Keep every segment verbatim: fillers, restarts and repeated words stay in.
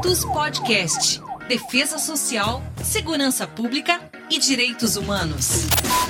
Virtus Podcast. Defesa Social, Segurança Pública e Direitos Humanos.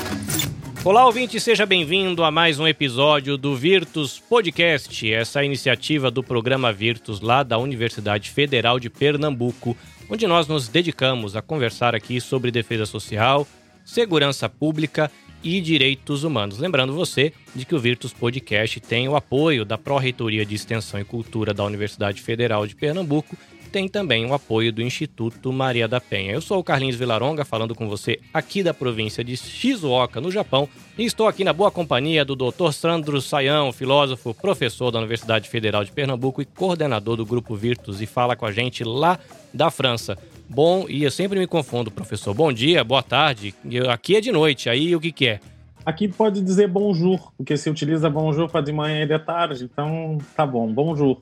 Olá, ouvinte, seja bem-vindo a mais um episódio do Virtus Podcast, essa iniciativa do programa Virtus lá da Universidade Federal de Pernambuco, onde nós nos dedicamos a conversar aqui sobre defesa social, segurança pública e direitos humanos. Lembrando você de que o Virtus Podcast tem o apoio da Pró-Reitoria de Extensão e Cultura da Universidade Federal de Pernambuco, tem também o apoio do Instituto Maria da Penha. Eu sou o Carlinhos Vilaronga, falando com você aqui da província de Shizuoka, no Japão, e estou aqui na boa companhia do doutor Sandro Sayão, filósofo, professor da Universidade Federal de Pernambuco e coordenador do Grupo Virtus, e fala com a gente lá da França. Bom, e eu sempre me confundo, professor. Bom dia, boa tarde. Aqui é de noite, aí o que que é? Aqui pode dizer bonjour, porque se utiliza bonjour para de manhã e de tarde, então tá bom, bonjour.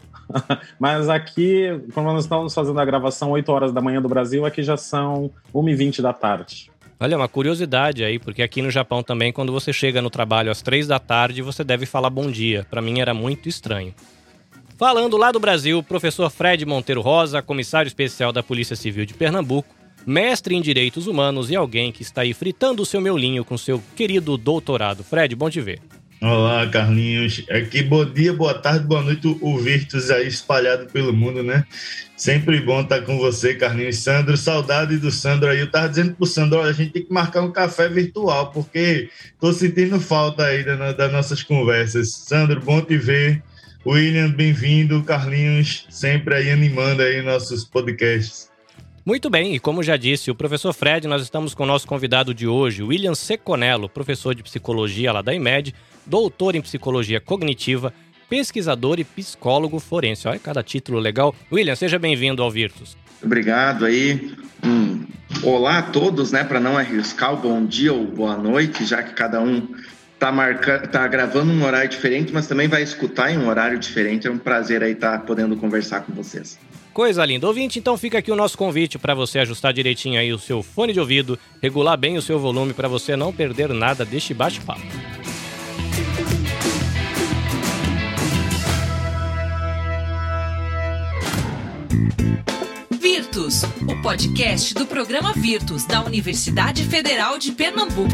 Mas aqui, quando nós estamos fazendo a gravação oito horas da manhã do Brasil, aqui já são uma e vinte da tarde. Olha, uma curiosidade aí, porque aqui no Japão também, quando você chega no trabalho às três da tarde, você deve falar bom dia. Para mim era muito estranho. Falando lá do Brasil, professor Fred Monteiro Rosa, comissário especial da Polícia Civil de Pernambuco, mestre em Direitos Humanos e alguém que está aí fritando o seu miolinho com seu querido doutorado. Fred, bom te ver. Olá, Carlinhos. Aqui, bom dia, boa tarde, boa noite, o Virtus aí espalhado pelo mundo, né? Sempre bom estar com você, Carlinhos. Sandro, saudade do Sandro aí. Eu tava dizendo pro Sandro, olha, a gente tem que marcar um café virtual, porque tô sentindo falta aí das, das nossas conversas. Sandro, bom te ver. William, bem-vindo. Carlinhos, sempre aí animando aí nossos podcasts. Muito bem, e como já disse o professor Fred, nós estamos com o nosso convidado de hoje, William Seconello, professor de psicologia lá da I M E D, doutor em psicologia cognitiva, pesquisador e psicólogo forense. Olha, cada título legal. William, seja bem-vindo ao Virtus. Obrigado aí. Hum, olá a todos, né, para não arriscar o bom dia ou boa noite, já que cada um tá, marca... tá gravando um horário diferente, mas também vai escutar em um horário diferente. É um prazer aí estar podendo conversar com vocês. Coisa linda. Ouvinte, então fica aqui o nosso convite para você ajustar direitinho aí o seu fone de ouvido, regular bem o seu volume para você não perder nada deste bate-papo. Virtus, o podcast do programa Virtus da Universidade Federal de Pernambuco.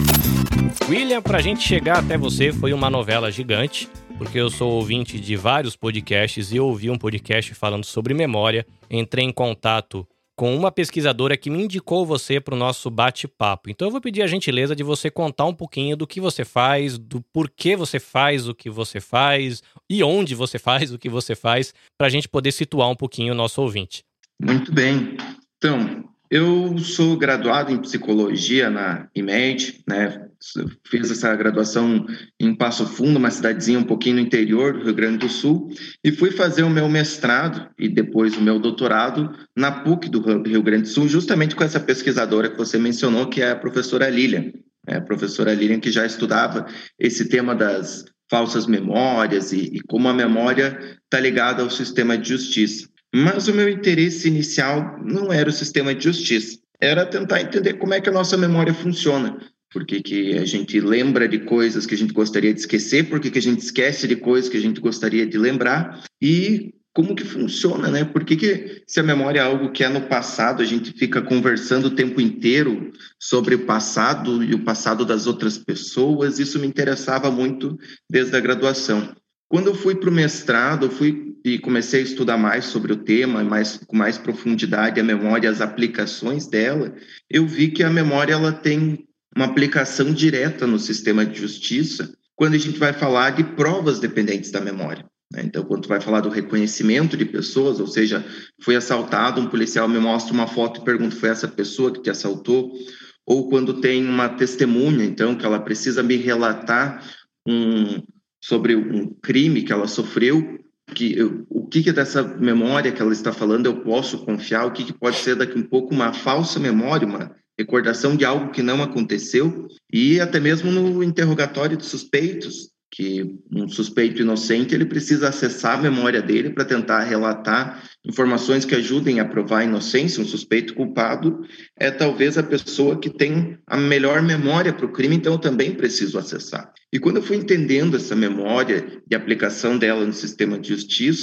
William, pra gente chegar até você foi uma novela gigante, porque eu sou ouvinte de vários podcasts e ouvi um podcast falando sobre memória. Entrei em contato com uma pesquisadora que me indicou você para o nosso bate-papo. Então eu vou pedir a gentileza de você contar um pouquinho do que você faz, do porquê você faz o que você faz e onde você faz o que você faz, para a gente poder situar um pouquinho o nosso ouvinte. Muito bem. Então, eu sou graduado em psicologia na I M E D, né? Fiz essa graduação em Passo Fundo, uma cidadezinha um pouquinho no interior do Rio Grande do Sul, e fui fazer o meu mestrado e depois o meu doutorado na PUC do Rio Grande do Sul, justamente com essa pesquisadora que você mencionou, que é a professora Lilian. É a professora Lilian que já estudava esse tema das falsas memórias e, e como a memória está ligada ao sistema de justiça. Mas o meu interesse inicial não era o sistema de justiça, era tentar entender como é que a nossa memória funciona. Por que que a gente lembra de coisas que a gente gostaria de esquecer, por que que a gente esquece de coisas que a gente gostaria de lembrar e como que funciona, né? Por que que, se a memória é algo que é no passado, a gente fica conversando o tempo inteiro sobre o passado e o passado das outras pessoas? Isso me interessava muito desde a graduação. Quando eu fui para o mestrado, eu fui e comecei a estudar mais sobre o tema, mais, com mais profundidade, a memória, as aplicações dela, eu vi que a memória ela tem uma aplicação direta no sistema de justiça quando a gente vai falar de provas dependentes da memória. Então, quando vai falar do reconhecimento de pessoas, ou seja, foi assaltado, um policial me mostra uma foto e pergunta, foi essa pessoa que te assaltou? Ou quando tem uma testemunha, então, que ela precisa me relatar um, sobre um crime que ela sofreu, que eu, o que, que dessa memória que ela está falando eu posso confiar, o que, que pode ser daqui um pouco uma falsa memória, uma recordação de algo que não aconteceu, e até mesmo no interrogatório de suspeitos, que um suspeito inocente ele precisa acessar a memória dele para tentar relatar informações que ajudem a provar a inocência. Um suspeito culpado é talvez a pessoa que tem a melhor memória para o crime, então eu também preciso acessar. E quando eu fui entendendo essa memória e a aplicação dela no sistema de justiça,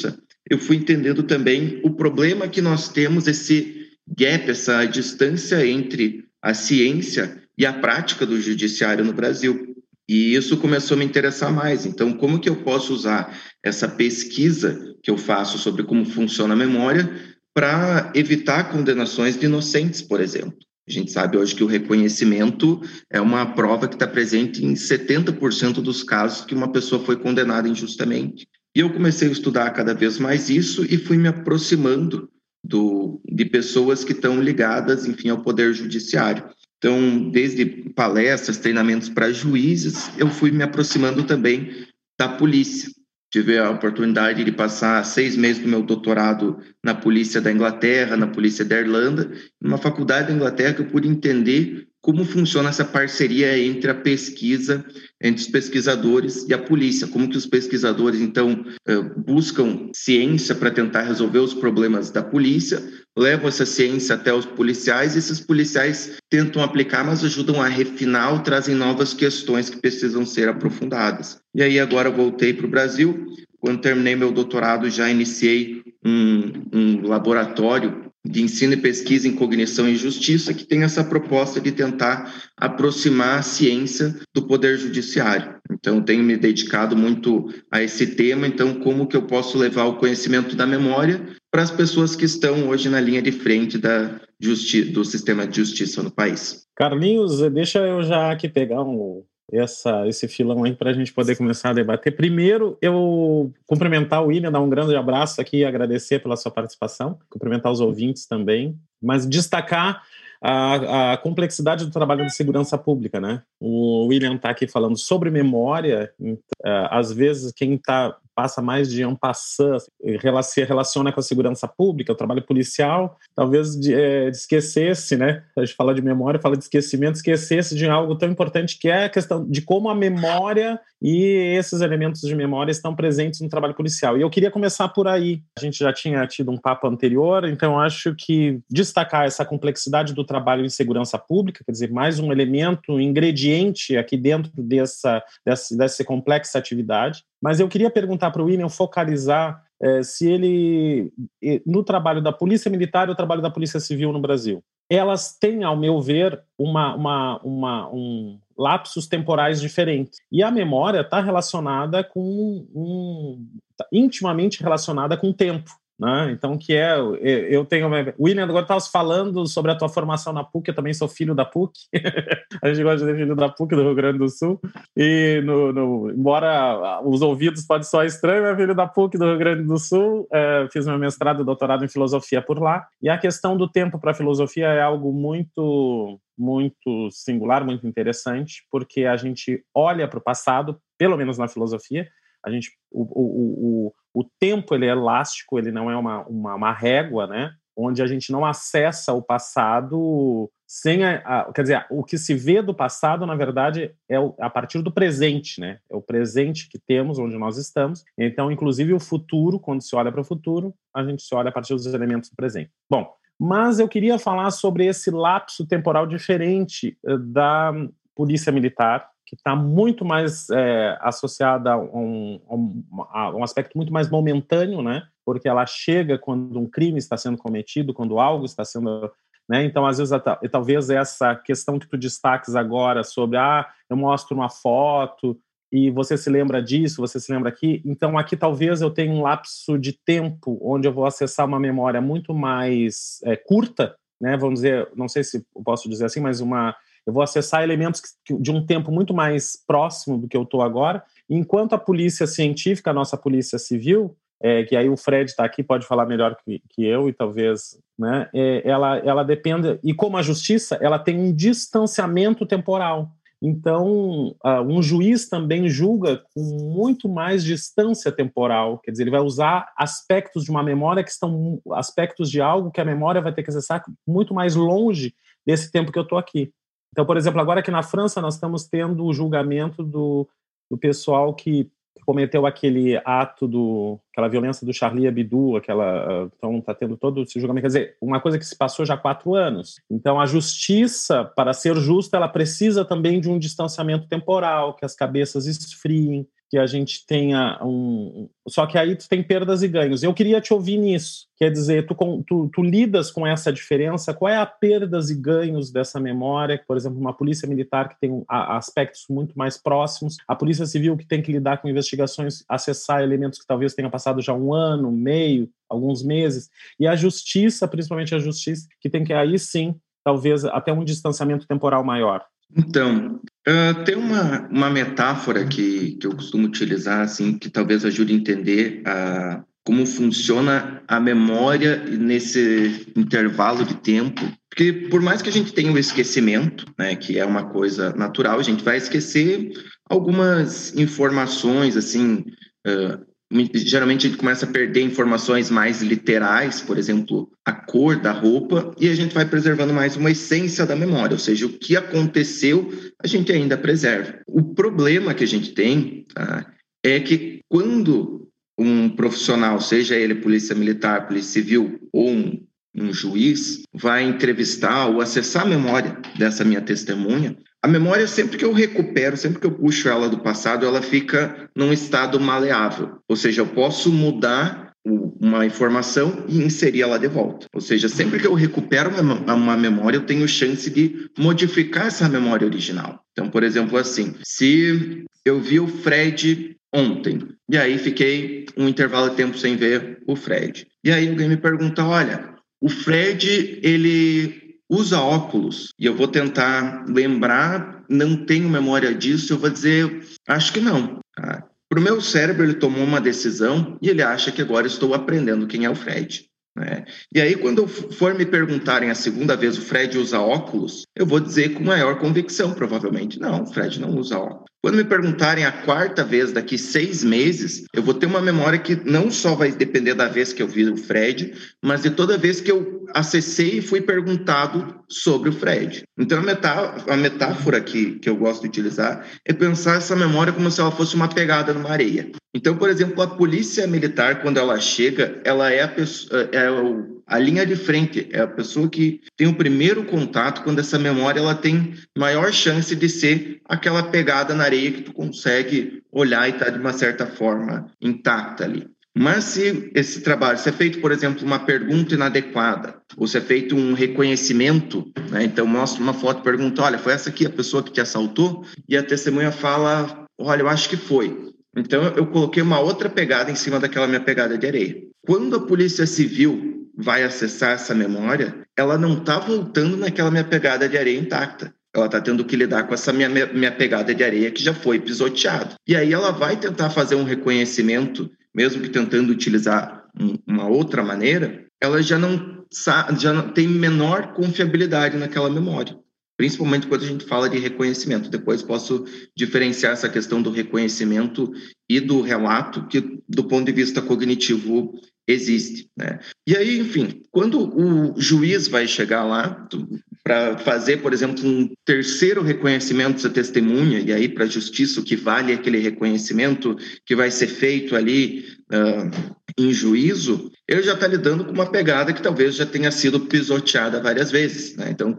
eu fui entendendo também o problema que nós temos, esse gap, essa distância entre a ciência e a prática do judiciário no Brasil. E isso começou a me interessar mais. Então, como que eu posso usar essa pesquisa que eu faço sobre como funciona a memória para evitar condenações de inocentes, por exemplo? A gente sabe hoje que o reconhecimento é uma prova que está presente em setenta por cento dos casos que uma pessoa foi condenada injustamente. E eu comecei a estudar cada vez mais isso e fui me aproximando do, de pessoas que estão ligadas, enfim, ao Poder Judiciário. Então, desde palestras, treinamentos para juízes, eu fui me aproximando também da polícia. Tive a oportunidade de passar seis meses do meu doutorado na polícia da Inglaterra, na polícia da Irlanda, numa faculdade da Inglaterra que eu pude entender como funciona essa parceria entre a pesquisa, entre os pesquisadores e a polícia, como que os pesquisadores, então, buscam ciência para tentar resolver os problemas da polícia, levam essa ciência até os policiais, e esses policiais tentam aplicar, mas ajudam a refinar ou trazem novas questões que precisam ser aprofundadas. E aí agora eu voltei para o Brasil. Quando terminei meu doutorado, já iniciei um, um laboratório de ensino e pesquisa em cognição e justiça, que tem essa proposta de tentar aproximar a ciência do Poder Judiciário. Então, tenho me dedicado muito a esse tema. Então, como que eu posso levar o conhecimento da memória para as pessoas que estão hoje na linha de frente da justi- do sistema de justiça no país? Carlinhos, deixa eu já aqui pegar um... Essa, esse filão aí para a gente poder começar a debater. Primeiro, eu cumprimentar o William, dar um grande abraço aqui e agradecer pela sua participação, cumprimentar os ouvintes também, mas destacar a, a complexidade do trabalho de segurança pública, né? O William está aqui falando sobre memória, então, às vezes quem está passa mais de en passant, se relaciona com a segurança pública, o trabalho policial, talvez de, é, de esquecesse, né? A gente fala de memória, fala de esquecimento, esquecesse de algo tão importante que é a questão de como a memória e esses elementos de memória estão presentes no trabalho policial. E eu queria começar por aí. A gente já tinha tido um papo anterior, então acho que destacar essa complexidade do trabalho em segurança pública, quer dizer, mais um elemento, um ingrediente aqui dentro dessa, dessa, dessa complexa atividade. Mas eu queria perguntar para o William focalizar eh, se ele, no trabalho da Polícia Militar e o trabalho da Polícia Civil no Brasil, elas têm, ao meu ver, uma, uma, uma, um lapsos temporais diferentes. E a memória está relacionada com um, tá intimamente relacionada com o tempo. Né? Então, que é, eu tenho... William, agora estavas falando sobre a tua formação na P U C, eu também sou filho da P U C, a gente gosta de ser filho da P U C do Rio Grande do Sul, e no, no, embora os ouvidos podem soar estranho, é filho da P U C do Rio Grande do Sul, é, fiz meu mestrado e doutorado em filosofia por lá, e a questão do tempo para a filosofia é algo muito, muito singular, muito interessante, porque a gente olha para o passado, pelo menos na filosofia, a gente, o, o, o, o tempo ele é elástico, ele não é uma, uma, uma régua, né? Onde a gente não acessa o passado sem a, a, quer dizer, o que se vê do passado, na verdade, é o, a partir do presente, né? É o presente que temos, onde nós estamos. Então, inclusive, o futuro, quando se olha para o futuro, a gente se olha a partir dos elementos do presente. Bom, mas eu queria falar sobre esse lapso temporal diferente da Polícia Militar, que está muito mais é, associada a um, a, um, a um aspecto muito mais momentâneo, né? Porque ela chega quando um crime está sendo cometido, quando algo está sendo... Né? Então, às vezes, talvez essa questão que tu destaques agora sobre, ah, eu mostro uma foto e você se lembra disso, você se lembra aqui. Então, aqui talvez eu tenha um lapso de tempo onde eu vou acessar uma memória muito mais é, curta, né? Vamos dizer, não sei se eu posso dizer assim, mas uma... Eu vou acessar elementos de um tempo muito mais próximo do que eu estou agora, enquanto a polícia científica, a nossa polícia civil, é, que aí o Fred está aqui, pode falar melhor que, que eu, e talvez, né, é, ela, ela depende, e como a justiça, ela tem um distanciamento temporal. Então, uh, um juiz também julga com muito mais distância temporal, quer dizer, ele vai usar aspectos de uma memória que estão, aspectos de algo que a memória vai ter que acessar muito mais longe desse tempo que eu estou aqui. Então, por exemplo, agora aqui na França nós estamos tendo o julgamento do, do pessoal que cometeu aquele ato, do, aquela violência do Charlie Hebdo, aquela, então está tendo todo esse julgamento. Quer dizer, uma coisa que se passou já há quatro anos. Então, a justiça, para ser justa, ela precisa também de um distanciamento temporal, que as cabeças esfriem, que a gente tenha um... Só que aí tu tem perdas e ganhos. Eu queria te ouvir nisso. Quer dizer, tu, tu, tu lidas com essa diferença? Qual é a perdas e ganhos dessa memória? Por exemplo, uma polícia militar que tem um, a, aspectos muito mais próximos, a polícia civil que tem que lidar com investigações, acessar elementos que talvez tenham passado já um ano, meio, alguns meses, e a justiça, principalmente a justiça, que tem que aí sim, talvez até um distanciamento temporal maior. Então, uh, tem uma, uma metáfora que, que eu costumo utilizar, assim, que talvez ajude a entender uh, como funciona a memória nesse intervalo de tempo. Porque por mais que a gente tenha o esquecimento, né, que é uma coisa natural, a gente vai esquecer algumas informações, assim... Uh, geralmente a gente começa a perder informações mais literais, por exemplo, a cor da roupa, e a gente vai preservando mais uma essência da memória, ou seja, o que aconteceu a gente ainda preserva. O problema que a gente tem, tá, é que quando um profissional, seja ele polícia militar, polícia civil ou um, um juiz, vai entrevistar ou acessar a memória dessa minha testemunha, a memória, sempre que eu recupero, sempre que eu puxo ela do passado, ela fica num estado maleável. Ou seja, eu posso mudar uma informação e inserir ela de volta. Ou seja, sempre que eu recupero uma memória, eu tenho chance de modificar essa memória original. Então, por exemplo, assim, se eu vi o Fred ontem, e aí fiquei um intervalo de tempo sem ver o Fred. E aí alguém me pergunta, olha, o Fred, ele... usa óculos, e eu vou tentar lembrar, não tenho memória disso, eu vou dizer, acho que não. Tá? Para o meu cérebro, ele tomou uma decisão e ele acha que agora estou aprendendo quem é o Fred. Né? E aí, quando for me perguntarem a segunda vez, o Fred usa óculos, eu vou dizer com maior convicção, provavelmente, não, o Fred não usa óculos. Quando me perguntarem a quarta vez, daqui seis meses, eu vou ter uma memória que não só vai depender da vez que eu vi o Fred, mas de toda vez que eu acessei e fui perguntado sobre o Fred. Então, a, metá a metáfora que, que eu gosto de utilizar é pensar essa memória como se ela fosse uma pegada numa areia. Então, por exemplo, a polícia militar, quando ela chega, ela é a, pessoa, é a linha de frente, é a pessoa que tem o primeiro contato, quando essa memória ela tem maior chance de ser aquela pegada na areia que tu consegue olhar e tá de uma certa forma intacta ali. Mas se esse trabalho, se é feito, por exemplo, uma pergunta inadequada, ou se é feito um reconhecimento, né? Então mostra uma foto e pergunta, olha, foi essa aqui a pessoa que te assaltou? E a testemunha fala, olha, eu acho que foi. Então eu coloquei uma outra pegada em cima daquela minha pegada de areia. Quando a polícia civil vai acessar essa memória, ela não está voltando naquela minha pegada de areia intacta. Ela está tendo que lidar com essa minha, minha pegada de areia que já foi pisoteada. E aí ela vai tentar fazer um reconhecimento, mesmo que tentando utilizar um, uma outra maneira, ela já não, já não tem menor confiabilidade naquela memória. Principalmente quando a gente fala de reconhecimento. Depois posso diferenciar essa questão do reconhecimento e do relato, que do ponto de vista cognitivo existe. Né? E aí, enfim, quando o juiz vai chegar lá para fazer, por exemplo, um terceiro reconhecimento dessa testemunha, e aí para a justiça o que vale aquele reconhecimento que vai ser feito ali uh, em juízo, ele já está lidando com uma pegada que talvez já tenha sido pisoteada várias vezes. Né? Então,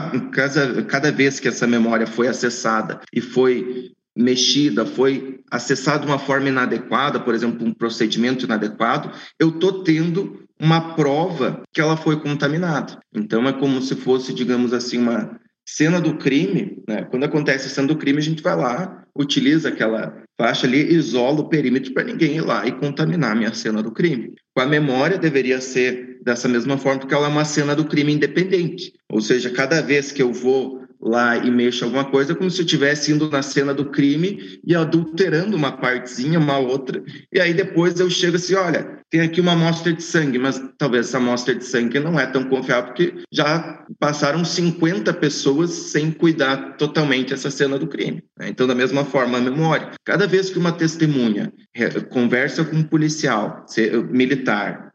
cada, cada vez que essa memória foi acessada e foi mexida, foi acessada de uma forma inadequada, por exemplo, um procedimento inadequado, eu estou tendo uma prova que ela foi contaminada. Então, é como se fosse, digamos assim, uma cena do crime. Né? Quando acontece a cena do crime, a gente vai lá, utiliza aquela faixa ali, isola o perímetro para ninguém ir lá e contaminar a minha cena do crime. Com a memória, deveria ser dessa mesma forma, porque ela é uma cena do crime independente. Ou seja, cada vez que eu vou lá e mexo alguma coisa, é como se eu estivesse indo na cena do crime e adulterando uma partezinha, uma outra, e aí depois eu chego assim, olha, tem aqui uma amostra de sangue, mas talvez essa amostra de sangue não é tão confiável, porque já passaram cinquenta pessoas sem cuidar totalmente essa cena do crime. Então, da mesma forma, a memória. Cada vez que uma testemunha conversa com um policial militar,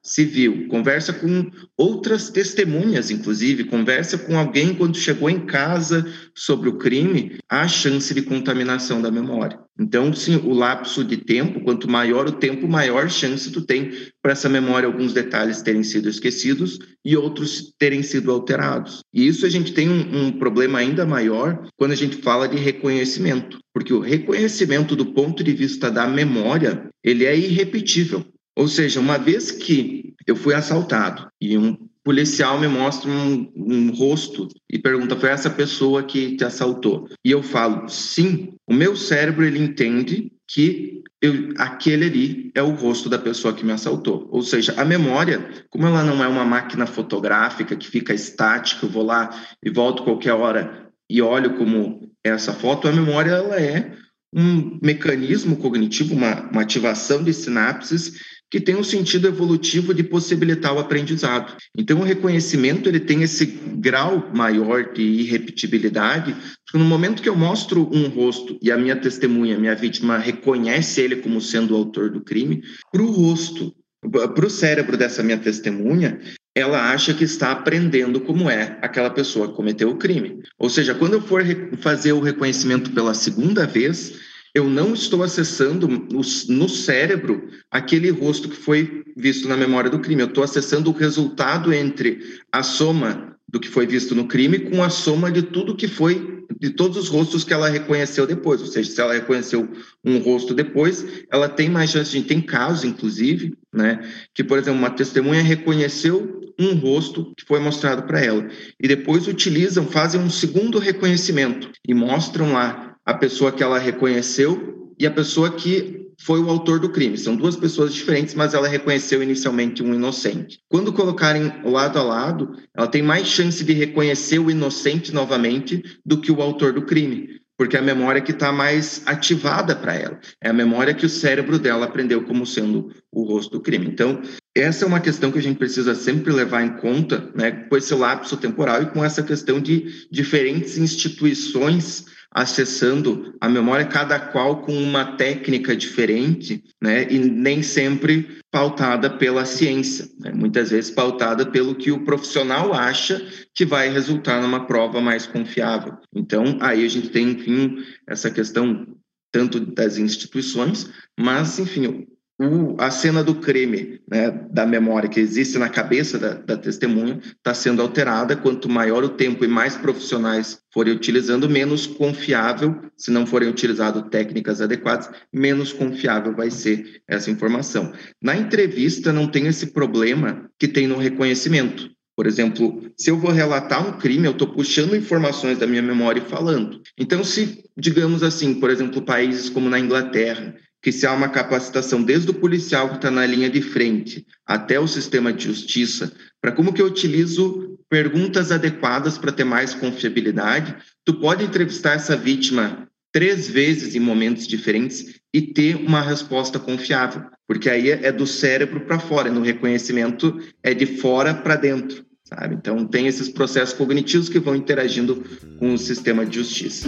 civil, conversa com outras testemunhas, inclusive, conversa com alguém quando chegou em casa sobre o crime, há chance de contaminação da memória. Então, sim, o lapso de tempo, quanto maior o tempo, maior chance tu tem para essa memória, alguns detalhes terem sido esquecidos e outros terem sido alterados. E isso a gente tem um, um problema ainda maior quando a gente fala de reconhecimento, porque o reconhecimento do ponto de vista da memória, ele é irrepetível. Ou seja, uma vez que eu fui assaltado e um policial me mostra um, um rosto e pergunta, foi essa pessoa que te assaltou? E eu falo, sim, o meu cérebro ele entende que eu, aquele ali é o rosto da pessoa que me assaltou. Ou seja, a memória, como ela não é uma máquina fotográfica que fica estática, eu vou lá e volto qualquer hora e olho como é essa foto, a memória ela é um mecanismo cognitivo, uma, uma ativação de sinapses que tem um sentido evolutivo de possibilitar o aprendizado. Então, o reconhecimento ele tem esse grau maior de irrepetibilidade, porque no momento que eu mostro um rosto e a minha testemunha, minha vítima, reconhece ele como sendo o autor do crime, para o rosto, para o cérebro dessa minha testemunha, ela acha que está aprendendo como é aquela pessoa que cometeu o crime. Ou seja, quando eu for fazer o reconhecimento pela segunda vez, eu não estou acessando no cérebro aquele rosto que foi visto na memória do crime. Eu estou acessando o resultado entre a soma do que foi visto no crime com a soma de tudo que foi, de todos os rostos que ela reconheceu depois. Ou seja, se ela reconheceu um rosto depois, ela tem mais chance de... Tem casos, inclusive, né, que, por exemplo, uma testemunha reconheceu um rosto que foi mostrado para ela e depois utilizam, fazem um segundo reconhecimento e mostram lá a pessoa que ela reconheceu e a pessoa que foi o autor do crime. São duas pessoas diferentes, mas ela reconheceu inicialmente um inocente. Quando colocarem lado a lado, ela tem mais chance de reconhecer o inocente novamente do que o autor do crime, porque é a memória que está mais ativada para ela. É a memória que o cérebro dela aprendeu como sendo o rosto do crime. Então, essa é uma questão que a gente precisa sempre levar em conta, né, com esse lapso temporal e com essa questão de diferentes instituições acessando a memória, cada qual com uma técnica diferente, né, e nem sempre pautada pela ciência, né, muitas vezes pautada pelo que o profissional acha que vai resultar numa prova mais confiável. Então, aí a gente tem, enfim, essa questão tanto das instituições, mas, enfim, o, a cena do crime, né, da memória que existe na cabeça da, da testemunha está sendo alterada. Quanto maior o tempo e mais profissionais forem utilizando, menos confiável, se não forem utilizadas técnicas adequadas, menos confiável vai ser essa informação. Na entrevista não tem esse problema que tem no reconhecimento. Por exemplo, se eu vou relatar um crime, eu estou puxando informações da minha memória e falando. Então, se, digamos assim, por exemplo, países como na Inglaterra, que se há uma capacitação desde o policial que está na linha de frente até o sistema de justiça, para como que eu utilizo perguntas adequadas para ter mais confiabilidade, tu pode entrevistar essa vítima três vezes em momentos diferentes e ter uma resposta confiável, porque aí é do cérebro para fora, no reconhecimento é de fora para dentro, sabe? Então tem esses processos cognitivos que vão interagindo com o sistema de justiça.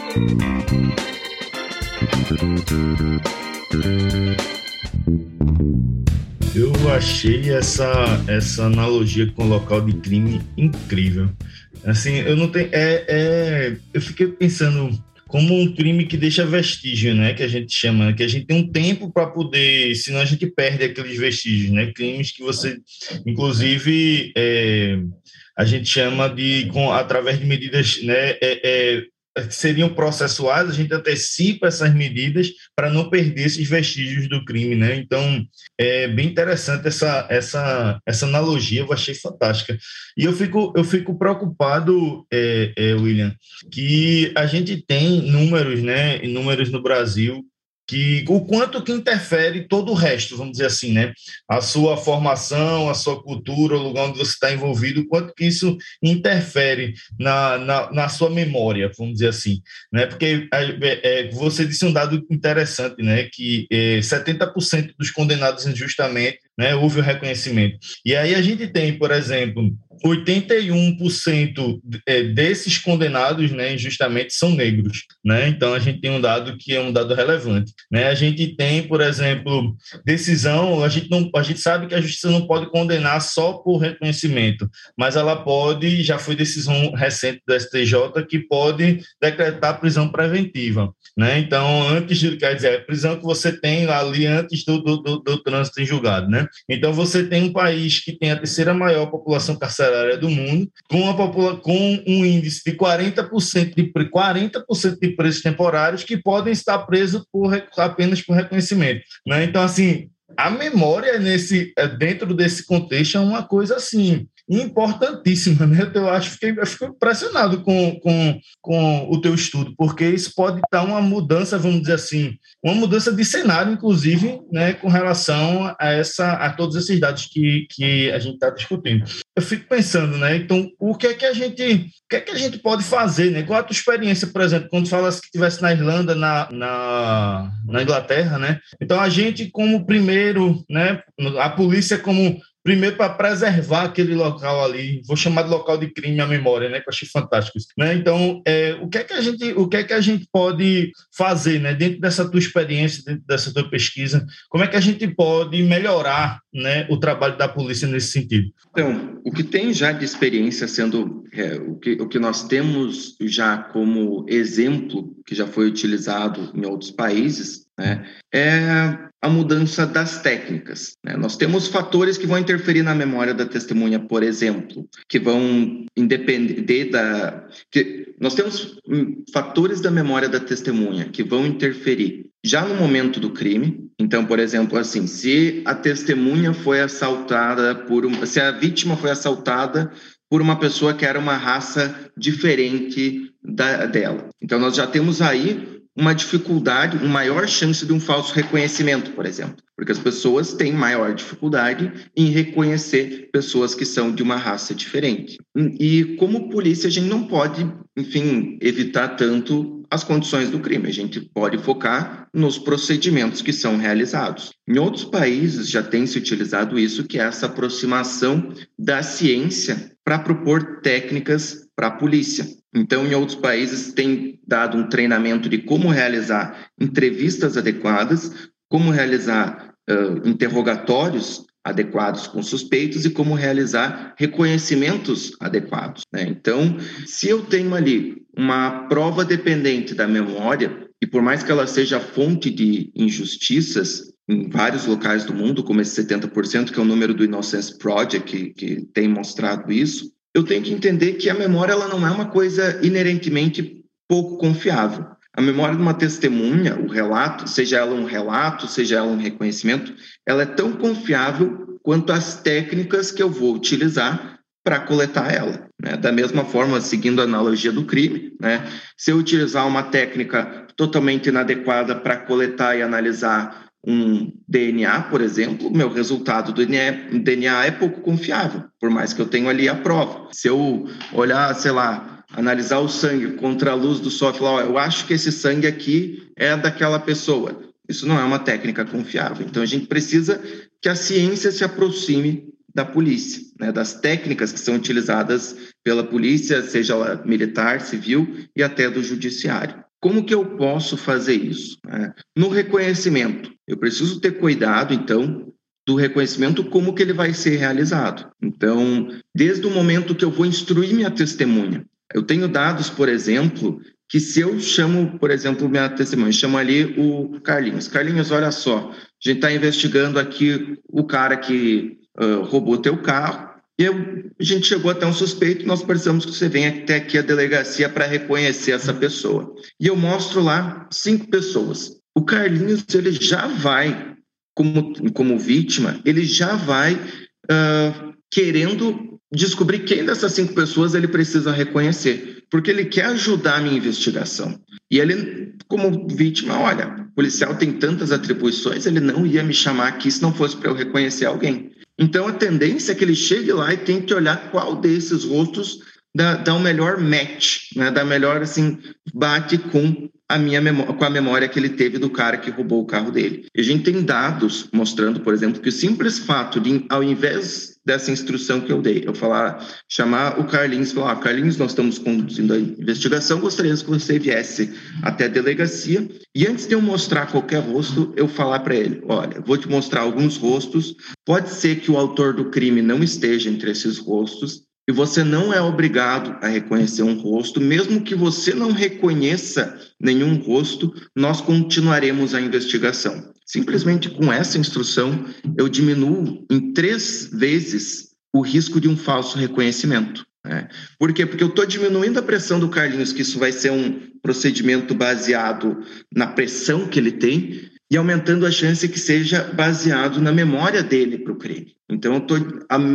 Eu achei essa, essa analogia com o local de crime incrível. Assim, eu não tenho... É, é, eu fiquei pensando como um crime que deixa vestígio, né? Que a gente chama, que a gente tem um tempo para poder... Senão a gente perde aqueles vestígios, né? Crimes que você... Inclusive, é, a gente chama de... Com, através de medidas... Né, é, é, seriam processuais, a gente antecipa essas medidas para não perder esses vestígios do crime, né? Então, é bem interessante essa, essa, essa analogia, eu achei fantástica. E eu fico, eu fico preocupado, é, é, William, que a gente tem números, né, números no Brasil, que o quanto que interfere todo o resto, vamos dizer assim, né? A sua formação, a sua cultura, o lugar onde você está envolvido, o quanto que isso interfere na, na, na sua memória, vamos dizer assim, né? Porque é, é, você disse um dado interessante, né? Que é, setenta por cento dos condenados injustamente, né, houve o reconhecimento. E aí a gente tem, por exemplo, oitenta e um por cento desses condenados, né, injustamente são negros, né? Então a gente tem um dado que é um dado relevante, né? A gente tem, por exemplo, decisão, a gente não, a gente sabe que a justiça não pode condenar só por reconhecimento, mas ela pode, já foi decisão recente do S T J que pode decretar prisão preventiva, né? Então, antes de, quer dizer, a prisão que você tem ali antes do, do, do, do trânsito em julgado, né? Então você tem um país que tem a terceira maior população carcerária do mundo, com, uma popula- com um índice de quarenta por cento de, quarenta por cento de presos temporários que podem estar presos por, apenas por reconhecimento, né? Então, assim, a memória nesse, dentro desse contexto é uma coisa assim importantíssima, né? Eu acho que fiquei, eu fico impressionado com, com, com o teu estudo, porque isso pode estar uma mudança, vamos dizer assim, uma mudança de cenário, inclusive, né, com relação a, essa, a todos esses dados que, que a gente está discutindo. Eu fico pensando, né? Então, o que é que a gente, o que é que a gente pode fazer, né? Qual a tua experiência, por exemplo, quando falasse que estivesse na Irlanda, na, na, na Inglaterra, né? Então, a gente como primeiro, né? A polícia como primeiro para preservar aquele local ali, vou chamar de local de crime à memória, né? Que eu achei fantástico isso, né? Então, é, o que é que a gente, o que é que a gente pode fazer, né? Dentro dessa tua experiência, dentro dessa tua pesquisa, como é que a gente pode melhorar, né, o trabalho da polícia nesse sentido? Então, o que tem já de experiência sendo, é, o, que, o que nós temos já como exemplo, que já foi utilizado em outros países, né, é a mudança das técnicas, né? Nós temos fatores que vão interferir na memória da testemunha, por exemplo, que vão independer da... Que nós temos fatores da memória da testemunha que vão interferir já no momento do crime. Então, por exemplo, assim, se a testemunha foi assaltada por uma... Se a vítima foi assaltada por uma pessoa que era uma raça diferente da, dela. Então, nós já temos aí uma dificuldade, uma maior chance de um falso reconhecimento, por exemplo, porque as pessoas têm maior dificuldade em reconhecer pessoas que são de uma raça diferente. E como polícia, a gente não pode, enfim, evitar tanto as condições do crime. A gente pode focar nos procedimentos que são realizados. Em outros países já tem se utilizado isso, que é essa aproximação da ciência para propor técnicas para a polícia. Então, em outros países, tem dado um treinamento de como realizar entrevistas adequadas, como realizar uh, interrogatórios adequados com suspeitos e como realizar reconhecimentos adequados, né? Então, se eu tenho ali uma prova dependente da memória, e por mais que ela seja fonte de injustiças em vários locais do mundo, como esse setenta por cento, que é o número do Innocence Project, que, que tem mostrado isso, eu tenho que entender que a memória ela não é uma coisa inerentemente pouco confiável. A memória de uma testemunha, o relato, seja ela um relato, seja ela um reconhecimento, ela é tão confiável quanto as técnicas que eu vou utilizar para coletar ela, né? Da mesma forma, seguindo a analogia do crime, né? Se eu utilizar uma técnica totalmente inadequada para coletar e analisar um D N A, por exemplo, meu resultado do D N A é pouco confiável, por mais que eu tenha ali a prova. Se eu olhar, sei lá, analisar o sangue contra a luz do sol e falar, ó, eu acho que esse sangue aqui é daquela pessoa, isso não é uma técnica confiável. Então, a gente precisa que a ciência se aproxime da polícia, né, das técnicas que são utilizadas pela polícia, seja ela militar, civil e até do judiciário. Como que eu posso fazer isso? No reconhecimento, eu preciso ter cuidado, então, do reconhecimento, como que ele vai ser realizado. Então, desde o momento que eu vou instruir minha testemunha, eu tenho dados, por exemplo, que se eu chamo, por exemplo, minha testemunha, chamo ali o Carlinhos. Carlinhos, olha só, a gente está investigando aqui o cara que uh, roubou teu carro, e eu, a gente chegou até um suspeito, nós precisamos que você venha até aqui a delegacia para reconhecer essa pessoa. E eu mostro lá cinco pessoas. O Carlinhos, ele já vai, como, como vítima, ele já vai uh, querendo descobrir quem dessas cinco pessoas ele precisa reconhecer, porque ele quer ajudar a minha investigação. E ele, como vítima, olha, o policial tem tantas atribuições, ele não ia me chamar aqui se não fosse para eu reconhecer alguém. Então, a tendência é que ele chegue lá e tente olhar qual desses rostos dá, dá um melhor match, né? Dá melhor, assim, bate com a minha memória, com a memória que ele teve do cara que roubou o carro dele. E a gente tem dados mostrando, por exemplo, que o simples fato de, ao invés dessa instrução que eu dei, eu falar, chamar o Carlinhos e falar, ah, Carlinhos, nós estamos conduzindo a investigação, gostaríamos que você viesse até a delegacia, e antes de eu mostrar qualquer rosto, eu falar para ele, olha, vou te mostrar alguns rostos, pode ser que o autor do crime não esteja entre esses rostos, e você não é obrigado a reconhecer um rosto, mesmo que você não reconheça nenhum rosto, nós continuaremos a investigação. Simplesmente com essa instrução, eu diminuo em três vezes o risco de um falso reconhecimento. Né? Por quê? Porque eu estou diminuindo a pressão do Carlinhos, que isso vai ser um procedimento baseado na pressão que ele tem, e aumentando a chance que seja baseado na memória dele para o crime. Então, eu estou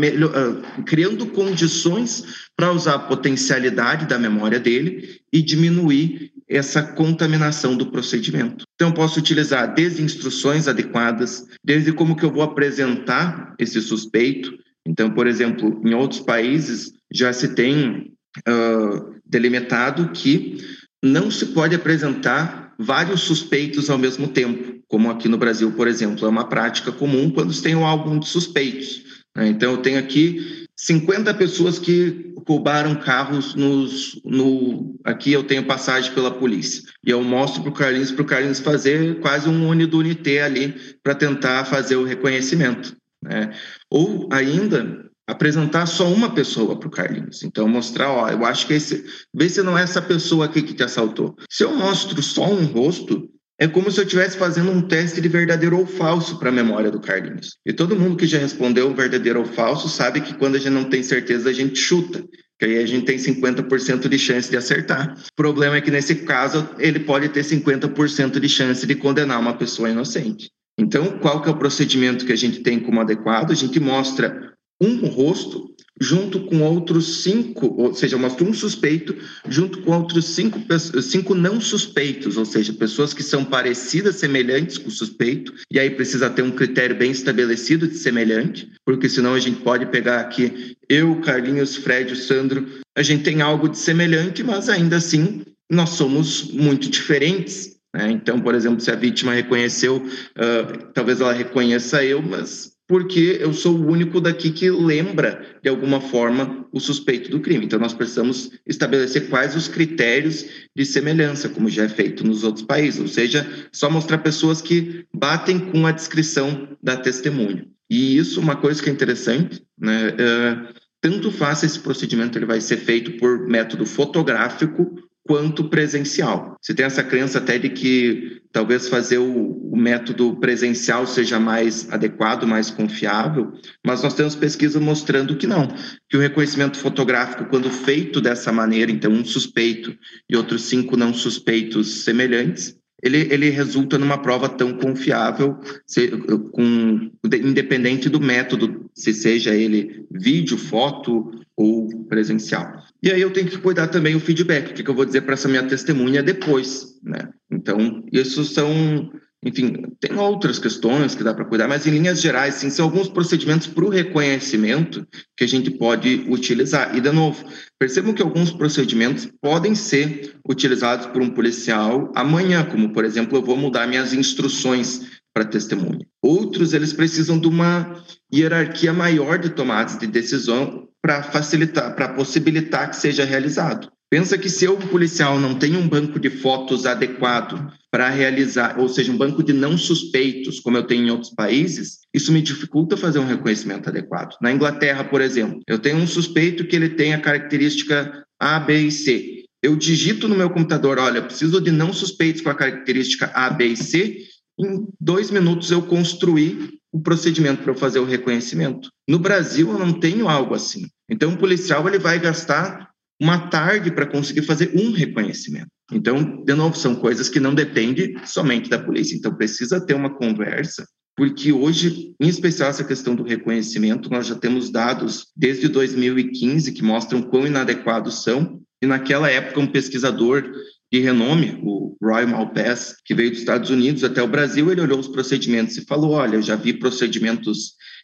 criando condições para usar a potencialidade da memória dele e diminuir essa contaminação do procedimento. Então, eu posso utilizar desde instruções adequadas, desde como que eu vou apresentar esse suspeito. Então, por exemplo, em outros países já se tem uh, delimitado que não se pode apresentar vários suspeitos ao mesmo tempo, como aqui no Brasil, por exemplo, é uma prática comum quando se tem um álbum de suspeitos. Né? Então, eu tenho aqui cinquenta pessoas que roubaram carros nos, no... Aqui eu tenho passagem pela polícia. E eu mostro para o Carlinhos, para o Carlinhos fazer quase um unidunité ali para tentar fazer o reconhecimento. Né? Ou ainda apresentar só uma pessoa para o Carlinhos. Então, mostrar, ó, eu acho que esse... Vê se não é essa pessoa aqui que te assaltou. Se eu mostro só um rosto, é como se eu estivesse fazendo um teste de verdadeiro ou falso para a memória do Carlinhos. E todo mundo que já respondeu verdadeiro ou falso sabe que quando a gente não tem certeza, a gente chuta. Que aí a gente tem cinquenta por cento de chance de acertar. O problema é que, nesse caso, ele pode ter cinquenta por cento de chance de condenar uma pessoa inocente. Então, qual que é o procedimento que a gente tem como adequado? A gente mostra um rosto junto com outros cinco, ou seja, mostra um suspeito junto com outros cinco, cinco não suspeitos, ou seja, pessoas que são parecidas, semelhantes com o suspeito, e aí precisa ter um critério bem estabelecido de semelhante, porque senão a gente pode pegar aqui eu, Carlinhos, Fred, o Sandro, a gente tem algo de semelhante, mas ainda assim nós somos muito diferentes. Né? Então, por exemplo, se a vítima reconheceu, uh, talvez ela reconheça eu, mas porque eu sou o único daqui que lembra, de alguma forma, o suspeito do crime. Então, nós precisamos estabelecer quais os critérios de semelhança, como já é feito nos outros países, ou seja, só mostrar pessoas que batem com a descrição da testemunha. E isso, uma coisa que é interessante, né, é, tanto faz esse procedimento, ele vai ser feito por método fotográfico quanto presencial. Você tem essa crença até de que talvez fazer o, o método presencial seja mais adequado, mais confiável, mas nós temos pesquisa mostrando que não, que o reconhecimento fotográfico, quando feito dessa maneira, então um suspeito e outros cinco não suspeitos semelhantes, ele, ele resulta numa prova tão confiável, se, com, independente do método, se seja ele vídeo, foto ou presencial. E aí eu tenho que cuidar também o feedback, o que eu vou dizer para essa minha testemunha depois, né? Então, isso são, enfim, tem outras questões que dá para cuidar, mas em linhas gerais, sim, são alguns procedimentos para o reconhecimento que a gente pode utilizar. E, de novo, percebam que alguns procedimentos podem ser utilizados por um policial amanhã, como, por exemplo, eu vou mudar minhas instruções para testemunha. Outros, eles precisam de uma hierarquia maior de tomadas de decisão para facilitar, para possibilitar que seja realizado. Pensa que se eu, policial, não tenho um banco de fotos adequado para realizar, ou seja, um banco de não suspeitos, como eu tenho em outros países, isso me dificulta fazer um reconhecimento adequado. Na Inglaterra, por exemplo, eu tenho um suspeito que ele tem a característica A, B e C. Eu digito no meu computador, olha, eu preciso de não suspeitos com a característica A, B e C. Em dois minutos eu construí o procedimento para eu fazer o reconhecimento. No Brasil, eu não tenho algo assim. Então, o policial ele vai gastar uma tarde para conseguir fazer um reconhecimento. Então, de novo, são coisas que não dependem somente da polícia. Então, precisa ter uma conversa, porque hoje, em especial essa questão do reconhecimento, nós já temos dados desde dois mil e quinze que mostram quão inadequados são. E naquela época, um pesquisador de renome, o Roy Malpass, que veio dos Estados Unidos até o Brasil, ele olhou os procedimentos e falou, olha, eu já vi procedimentos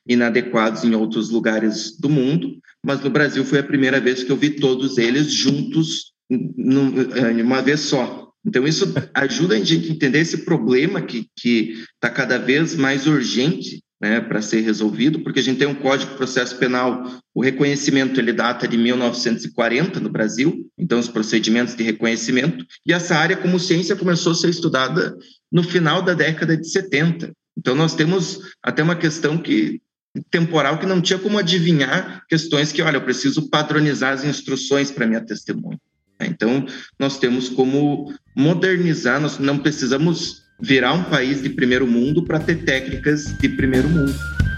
inadequados em outros lugares do mundo, mas no Brasil foi a primeira vez que eu vi todos eles juntos, uma vez só. Então, isso ajuda a gente a entender esse problema que está cada vez mais urgente, né, para ser resolvido, porque a gente tem um Código de Processo Penal, o reconhecimento ele data de mil novecentos e quarenta no Brasil, então os procedimentos de reconhecimento, e essa área como ciência começou a ser estudada no final da década de setenta. Então nós temos até uma questão que, temporal que não tinha como adivinhar questões que, olha, eu preciso padronizar as instruções para minha testemunha. Então nós temos como modernizar, nós não precisamos virar um país de primeiro mundo para ter técnicas de primeiro mundo.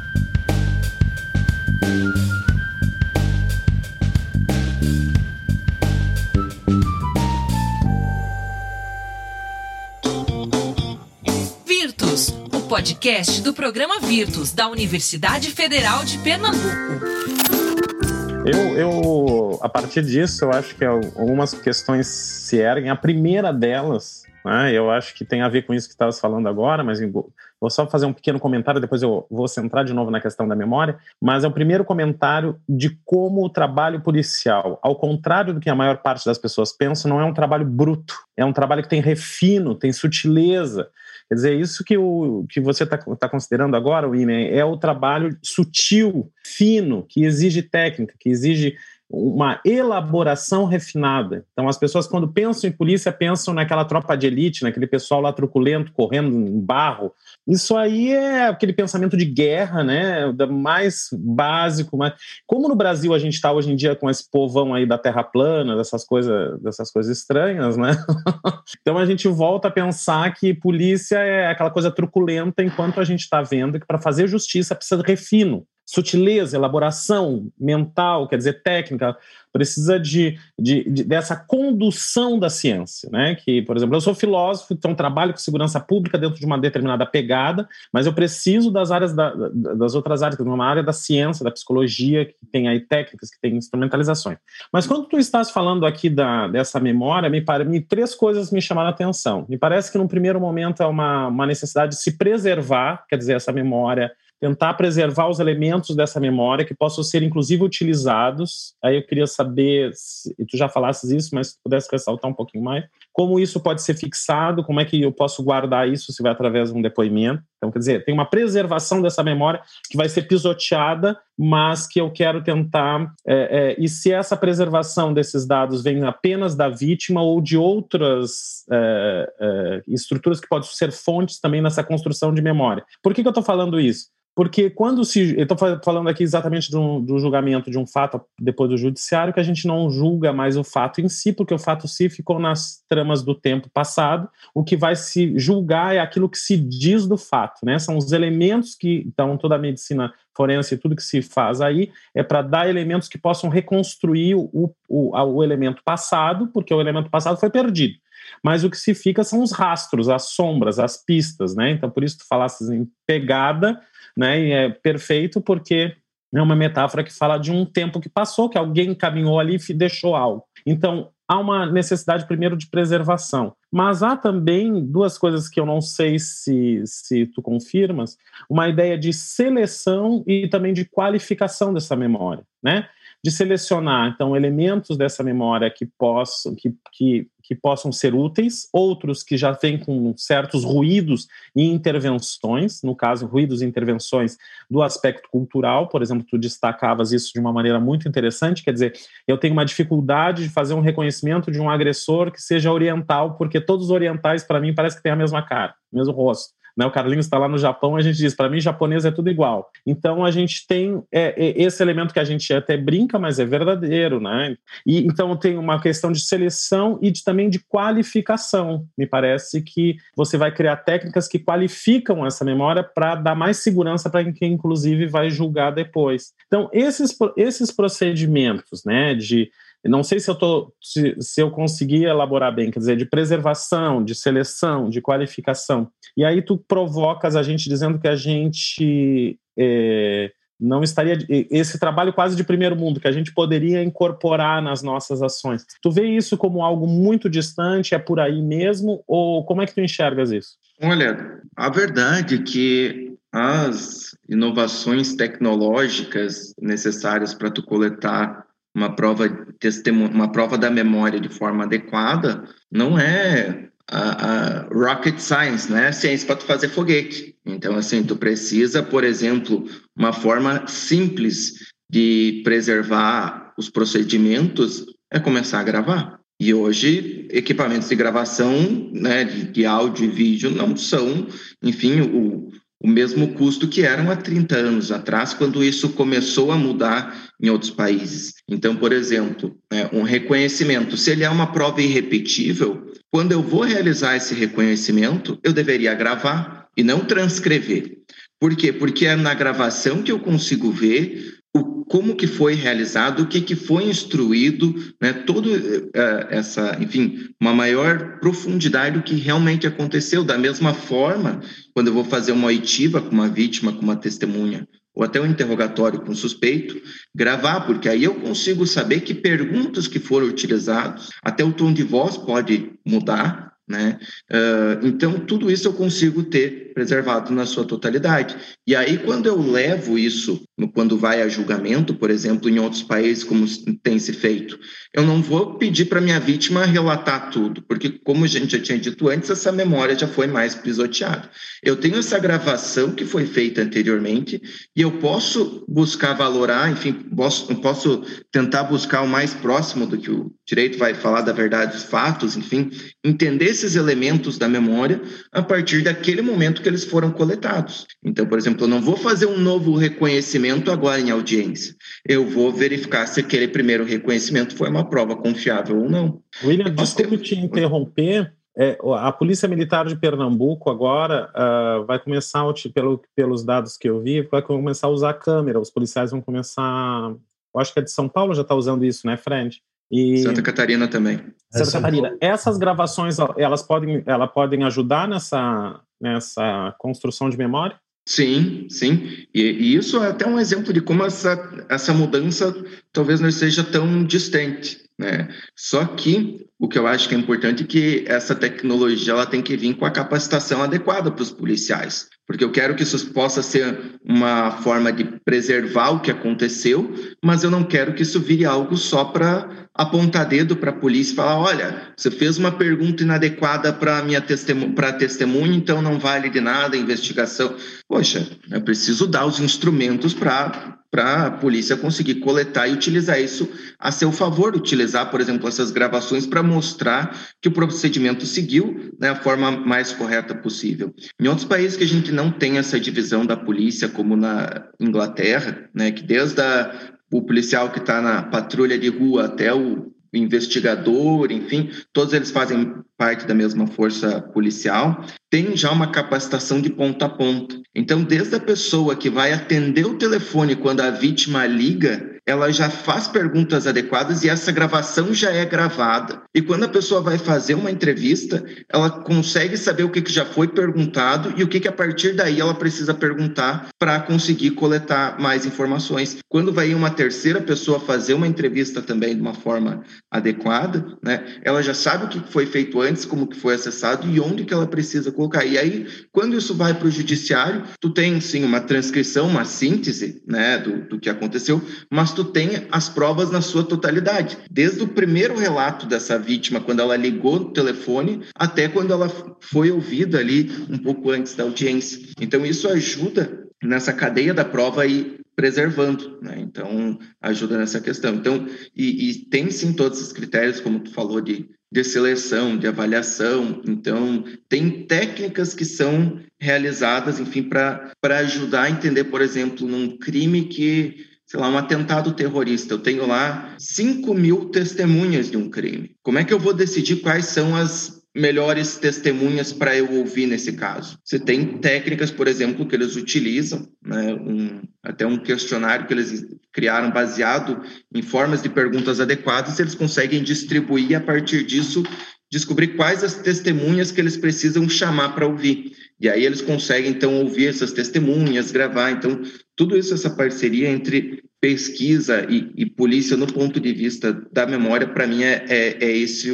Virtus, o podcast do programa Virtus da Universidade Federal de Pernambuco. Eu, eu, a partir disso, eu acho que algumas questões se erguem. A primeira delas, né, eu acho que tem a ver com isso que estavas falando agora, mas vou só fazer um pequeno comentário, depois eu vou centrar de novo na questão da memória, mas é o primeiro comentário de como o trabalho policial, ao contrário do que a maior parte das pessoas pensa, não é um trabalho bruto, é um trabalho que tem refino, tem sutileza. Quer dizer, isso que, o, que você está tá considerando agora, William, é o trabalho sutil, fino, que exige técnica, que exige uma elaboração refinada. Então, as pessoas, quando pensam em polícia, pensam naquela tropa de elite, naquele pessoal lá truculento, correndo em barro. Isso aí é aquele pensamento de guerra, né? Mais básico. Mas como no Brasil a gente está hoje em dia com esse povão aí da terra plana, dessas coisas, dessas coisas estranhas, né? Então a gente volta a pensar que polícia é aquela coisa truculenta, enquanto a gente está vendo que para fazer justiça precisa de refino, sutileza, elaboração mental, quer dizer, técnica, precisa de, de, de, dessa condução da ciência, né? Que, por exemplo, eu sou filósofo, então trabalho com segurança pública dentro de uma determinada pegada, mas eu preciso das áreas da, das outras áreas, uma área da ciência, da psicologia, que tem aí técnicas, que tem instrumentalizações. Mas quando tu estás falando aqui da, dessa memória, me, me, três coisas me chamaram a atenção. Me parece que num primeiro momento é uma, uma necessidade de se preservar, quer dizer, essa memória, tentar preservar os elementos dessa memória que possam ser, inclusive, utilizados. Aí eu queria saber, se tu já falasses isso, mas se tu pudesse ressaltar um pouquinho mais, como isso pode ser fixado, como é que eu posso guardar isso se vai através de um depoimento. Então, quer dizer, tem uma preservação dessa memória que vai ser pisoteada, mas que eu quero tentar... É, é, e se essa preservação desses dados vem apenas da vítima ou de outras é, é, estruturas que podem ser fontes também nessa construção de memória. Por que que eu estou falando isso? Porque quando se... Eu estou falando aqui exatamente do, do julgamento de um fato depois do judiciário, que a gente não julga mais o fato em si, porque o fato em si ficou nas tramas do tempo passado. O que vai se julgar é aquilo que se diz do fato, né? São os elementos que... Então, toda a medicina forense e tudo que se faz aí é para dar elementos que possam reconstruir o, o, o elemento passado, porque o elemento passado foi perdido. Mas o que se fica são os rastros, as sombras, as pistas, né? Então, por isso tu falasses em pegada, né? E é perfeito porque é uma metáfora que fala de um tempo que passou, que alguém caminhou ali e deixou algo. Então, há uma necessidade, primeiro, de preservação. Mas há também duas coisas que eu não sei se, se tu confirmas, uma ideia de seleção e também de qualificação dessa memória, né? De selecionar, então, elementos dessa memória que possam, que, que, que possam ser úteis, outros que já vêm com certos ruídos e intervenções, no caso, ruídos e intervenções do aspecto cultural, por exemplo, tu destacavas isso de uma maneira muito interessante, quer dizer, eu tenho uma dificuldade de fazer um reconhecimento de um agressor que seja oriental, porque todos os orientais, para mim, parece que têm a mesma cara, o mesmo rosto. O Carlinhos está lá no Japão, a gente diz, para mim, japonês é tudo igual. Então, a gente tem é, é, esse elemento que a gente até brinca, mas é verdadeiro, né? E, então, tem uma questão de seleção e de, também de qualificação. Me parece que você vai criar técnicas que qualificam essa memória para dar mais segurança para quem, inclusive, vai julgar depois. Então, esses, esses procedimentos, né, de... Não sei se eu, tô, se, se eu consegui elaborar bem, quer dizer, de preservação, de seleção, de qualificação. E aí tu provocas a gente dizendo que a gente é, não estaria... Esse trabalho quase de primeiro mundo, que a gente poderia incorporar nas nossas ações. Tu vê isso como algo muito distante, é por aí mesmo? Ou como é que tu enxergas isso? Olha, a verdade é que as inovações tecnológicas necessárias para tu coletar uma prova, testemunho, uma prova da memória de forma adequada não é a, a rocket science, né? Ciência para tu fazer foguete. Então, assim, tu precisa, por exemplo, uma forma simples de preservar os procedimentos é começar a gravar. E hoje, equipamentos de gravação, né, de, de áudio e vídeo não são, enfim, o, o mesmo custo que eram há trinta anos atrás, quando isso começou a mudar em outros países. Então, por exemplo, é, um reconhecimento, se ele é uma prova irrepetível, quando eu vou realizar esse reconhecimento, eu deveria gravar e não transcrever. Por quê? Porque é na gravação que eu consigo ver o, como que foi realizado, o que, que foi instruído, né, todo uh, essa, enfim, uma maior profundidade do que realmente aconteceu. Da mesma forma, quando eu vou fazer uma oitiva com uma vítima, com uma testemunha, ou até um interrogatório com um suspeito, gravar, porque aí eu consigo saber que perguntas que foram utilizadas, até o tom de voz pode mudar, né? Uh, então, tudo isso eu consigo ter preservado na sua totalidade. E aí, quando eu levo isso, quando vai a julgamento, por exemplo, em outros países, como tem se feito, eu não vou pedir para minha vítima relatar tudo, porque, como a gente já tinha dito antes, essa memória já foi mais pisoteada. Eu tenho essa gravação que foi feita anteriormente e eu posso buscar valorar, enfim, posso, posso tentar buscar o mais próximo do que o direito vai falar da verdade dos fatos, enfim, entender esses elementos da memória a partir daquele momento que eles foram coletados. Então, por exemplo, eu não vou fazer um novo reconhecimento agora em audiência. Eu vou verificar se aquele primeiro reconhecimento foi uma prova confiável ou não. William, desculpe te interromper. É, a Polícia Militar de Pernambuco agora uh, vai começar, pelo, pelos dados que eu vi, vai começar a usar a câmera. Os policiais vão começar... Eu acho que é de São Paulo já está usando isso, né, Fred? E... Santa Catarina também. Santa Catarina. Essas gravações, elas podem, elas podem ajudar nessa, nessa construção de memória? Sim, sim. E, e isso é até um exemplo de como essa, essa mudança talvez não seja tão distante, né? Só que o que eu acho que é importante é que essa tecnologia ela tem que vir com a capacitação adequada para os policiais, porque eu quero que isso possa ser uma forma de preservar o que aconteceu, mas eu não quero que isso vire algo só para apontar dedo para a polícia e falar, olha, você fez uma pergunta inadequada para minha testemunha, para testemunha, então não vale de nada a investigação. Poxa, eu preciso dar os instrumentos para para a polícia conseguir coletar e utilizar isso a seu favor, utilizar, por exemplo, essas gravações para mostrar que o procedimento seguiu, né, a forma mais correta possível. Em outros países que a gente não tem essa divisão da polícia, como na Inglaterra, né, que desde a, o policial que está na patrulha de rua até o investigador, enfim, todos eles fazem parte da mesma força policial, tem já uma capacitação de ponta a ponta. Então, desde a pessoa que vai atender o telefone quando a vítima liga, ela já faz perguntas adequadas e essa gravação já é gravada. E quando a pessoa vai fazer uma entrevista, ela consegue saber o que, que já foi perguntado e o que, que a partir daí ela precisa perguntar para conseguir coletar mais informações. Quando vai uma terceira pessoa fazer uma entrevista também de uma forma adequada, né, ela já sabe o que foi feito antes, como que foi acessado e onde que ela precisa colocar. E aí, quando isso vai para o judiciário, tu tem, sim, uma transcrição, uma síntese, né, do, do que aconteceu, mas tu tem as provas na sua totalidade. Desde o primeiro relato dessa vítima, quando ela ligou no telefone, até quando ela foi ouvida ali um pouco antes da audiência. Então, isso ajuda nessa cadeia da prova e preservando, né? Então, ajuda nessa questão. Então, e, e tem sim todos esses critérios, como tu falou, de, de seleção, de avaliação. Então, tem técnicas que são realizadas, enfim, para ajudar a entender, por exemplo, num crime que, sei lá, um atentado terrorista. Eu tenho lá cinco mil testemunhas de um crime. Como é que eu vou decidir quais são as melhores testemunhas para eu ouvir nesse caso? Você tem técnicas, por exemplo, que eles utilizam, né, um, até um questionário que eles criaram baseado em formas de perguntas adequadas, eles conseguem distribuir a partir disso, descobrir quais as testemunhas que eles precisam chamar para ouvir. E aí eles conseguem, então, ouvir essas testemunhas, gravar. Então, tudo isso, essa parceria entre pesquisa e, e polícia no ponto de vista da memória, para mim, é, é, é esse o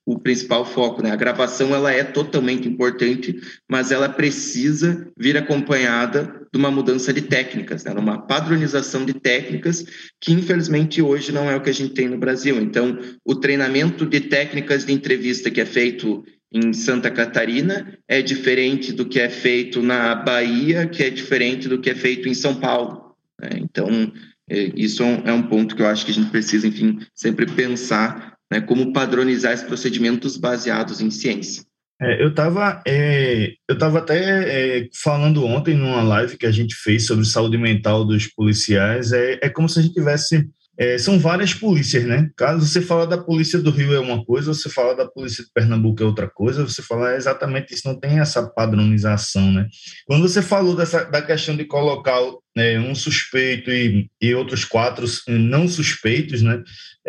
o principal foco, né? A gravação, ela é totalmente importante, mas ela precisa vir acompanhada de uma mudança de técnicas, né? Uma padronização de técnicas que, infelizmente, hoje não é o que a gente tem no Brasil. Então, o treinamento de técnicas de entrevista que é feito em Santa Catarina é diferente do que é feito na Bahia, que é diferente do que é feito em São Paulo, né? Então, isso é um ponto que eu acho que a gente precisa, enfim, sempre pensar, né, como padronizar esses procedimentos baseados em ciência. É, eu estava é, eu tava até é, falando ontem numa live que a gente fez sobre saúde mental dos policiais, é, é como se a gente tivesse... É, são várias polícias, né? Caso você fala da polícia do Rio é uma coisa, você fala da polícia de Pernambuco é outra coisa, você fala exatamente isso, não tem essa padronização, né? Quando você falou dessa, da questão de colocar é, um suspeito e, e outros quatro não suspeitos, né?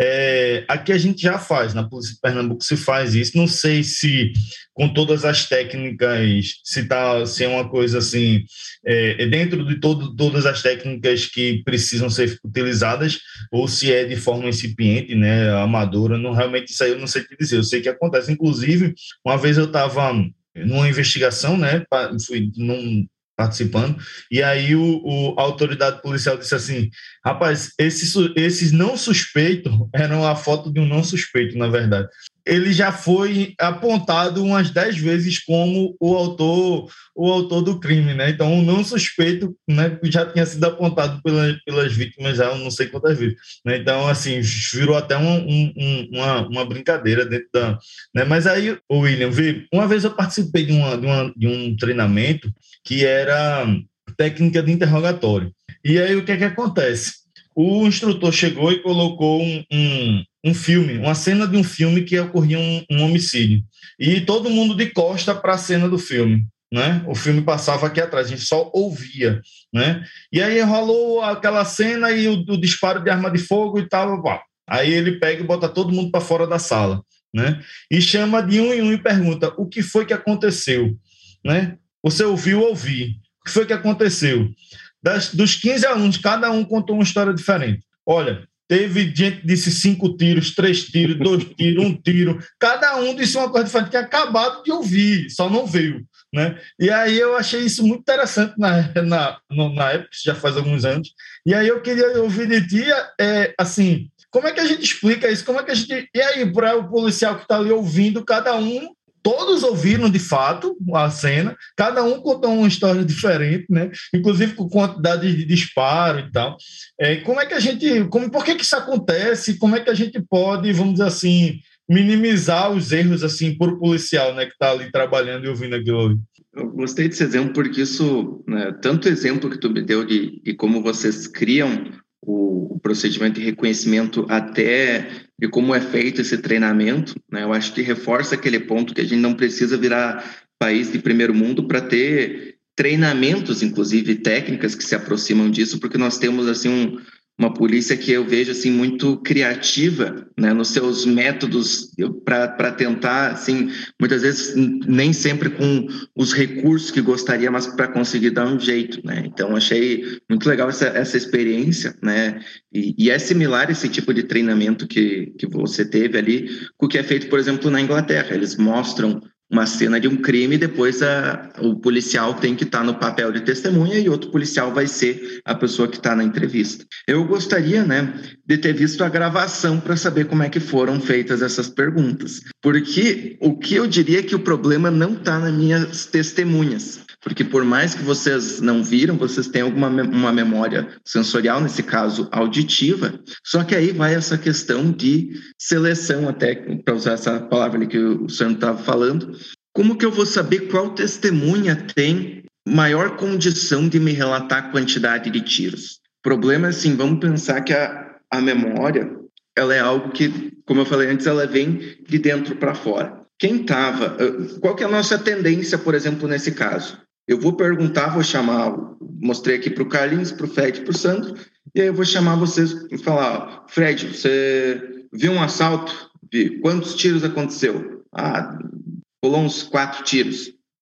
É, aqui a gente já faz, na polícia de Pernambuco se faz isso, não sei se com todas as técnicas, se, tá, se é uma coisa assim, é, dentro de todo, todas as técnicas que precisam ser utilizadas, ou se é de forma incipiente, né, amadora, não, realmente isso aí eu não sei te dizer, eu sei que acontece. Inclusive, uma vez eu estava numa investigação, né, fui num, participando, e aí o, o, a autoridade policial disse assim, rapaz, esses, esses não suspeitos eram a foto de um não suspeito, na verdade. Ele já foi apontado umas dez vezes como o autor, o autor do crime, né? Então, o não suspeito, né, já tinha sido apontado pelas, pelas vítimas já não sei quantas vezes, né? Então, assim, virou até um, um, uma, uma brincadeira dentro da... Né? Mas aí, o William, vê, uma vez eu participei de, uma, de, uma, de um treinamento que era técnica de interrogatório. E aí, o que é que acontece? O instrutor chegou e colocou um, um, um filme, uma cena de um filme que ocorria um, um homicídio. E todo mundo de costa para a cena do filme, né? O filme passava aqui atrás, a gente só ouvia, né? E aí rolou aquela cena e o, o disparo de arma de fogo e tal. Pá. Aí ele pega e bota todo mundo para fora da sala, né? E chama de um em um e pergunta, o que foi que aconteceu, né? Você ouviu, ouvi. O que foi que aconteceu? Das, dos quinze alunos, cada um contou uma história diferente. Olha, teve gente que disse cinco tiros, três tiros, dois tiros, um tiro. Cada um disse uma coisa diferente, que acabado de ouvir, só não veio, né? E aí eu achei isso muito interessante na, na, na época, que já faz alguns anos. E aí eu queria ouvir de ti, é, assim, como é que a gente explica isso? Como é que a gente... E aí, para o policial que está ali ouvindo, cada um... Todos ouviram, de fato, a cena, cada um contou uma história diferente, né? Inclusive com quantidade de disparo e tal. É, como é que a gente... Como, por que que isso acontece? Como é que a gente pode, vamos dizer assim, minimizar os erros, assim, por policial, né? Que está ali trabalhando e ouvindo aquilo. Eu gostei desse exemplo porque isso... Né, tanto exemplo que tu me deu de, de como vocês criam o, o procedimento de reconhecimento até... de como é feito esse treinamento, né? Eu acho que reforça aquele ponto que a gente não precisa virar país de primeiro mundo para ter treinamentos, inclusive técnicas que se aproximam disso, porque nós temos assim um, uma polícia que eu vejo assim muito criativa, né, nos seus métodos para tentar, assim, muitas vezes nem sempre com os recursos que gostaria, mas para conseguir dar um jeito, né? Então achei muito legal essa, essa experiência, né? E, e é similar esse tipo de treinamento que, que você teve ali com o que é feito, por exemplo, na Inglaterra. Eles mostram uma cena de um crime e depois a, o policial tem que estar no papel de testemunha e outro policial vai ser a pessoa que está na entrevista. Eu gostaria, né, de ter visto a gravação para saber como é que foram feitas essas perguntas, porque o que eu diria é que o problema não está nas minhas testemunhas, porque por mais que vocês não viram, vocês têm alguma uma memória sensorial, nesse caso auditiva, só que aí vai essa questão de seleção, até para usar essa palavra ali que o senhor estava falando. Como que eu vou saber qual testemunha tem maior condição de me relatar a quantidade de tiros? O problema é assim, vamos pensar que a, a memória, ela é algo que, como eu falei antes, ela vem de dentro para fora. Quem estava... Qual que é a nossa tendência, por exemplo, nesse caso? Eu vou perguntar, vou chamar, mostrei aqui para o Carlinhos, para o Fred, para o Sandro, e aí eu vou chamar vocês e falar, Fred, você viu um assalto? Vi. Quantos tiros aconteceu? Ah, rolou uns quatro tiros.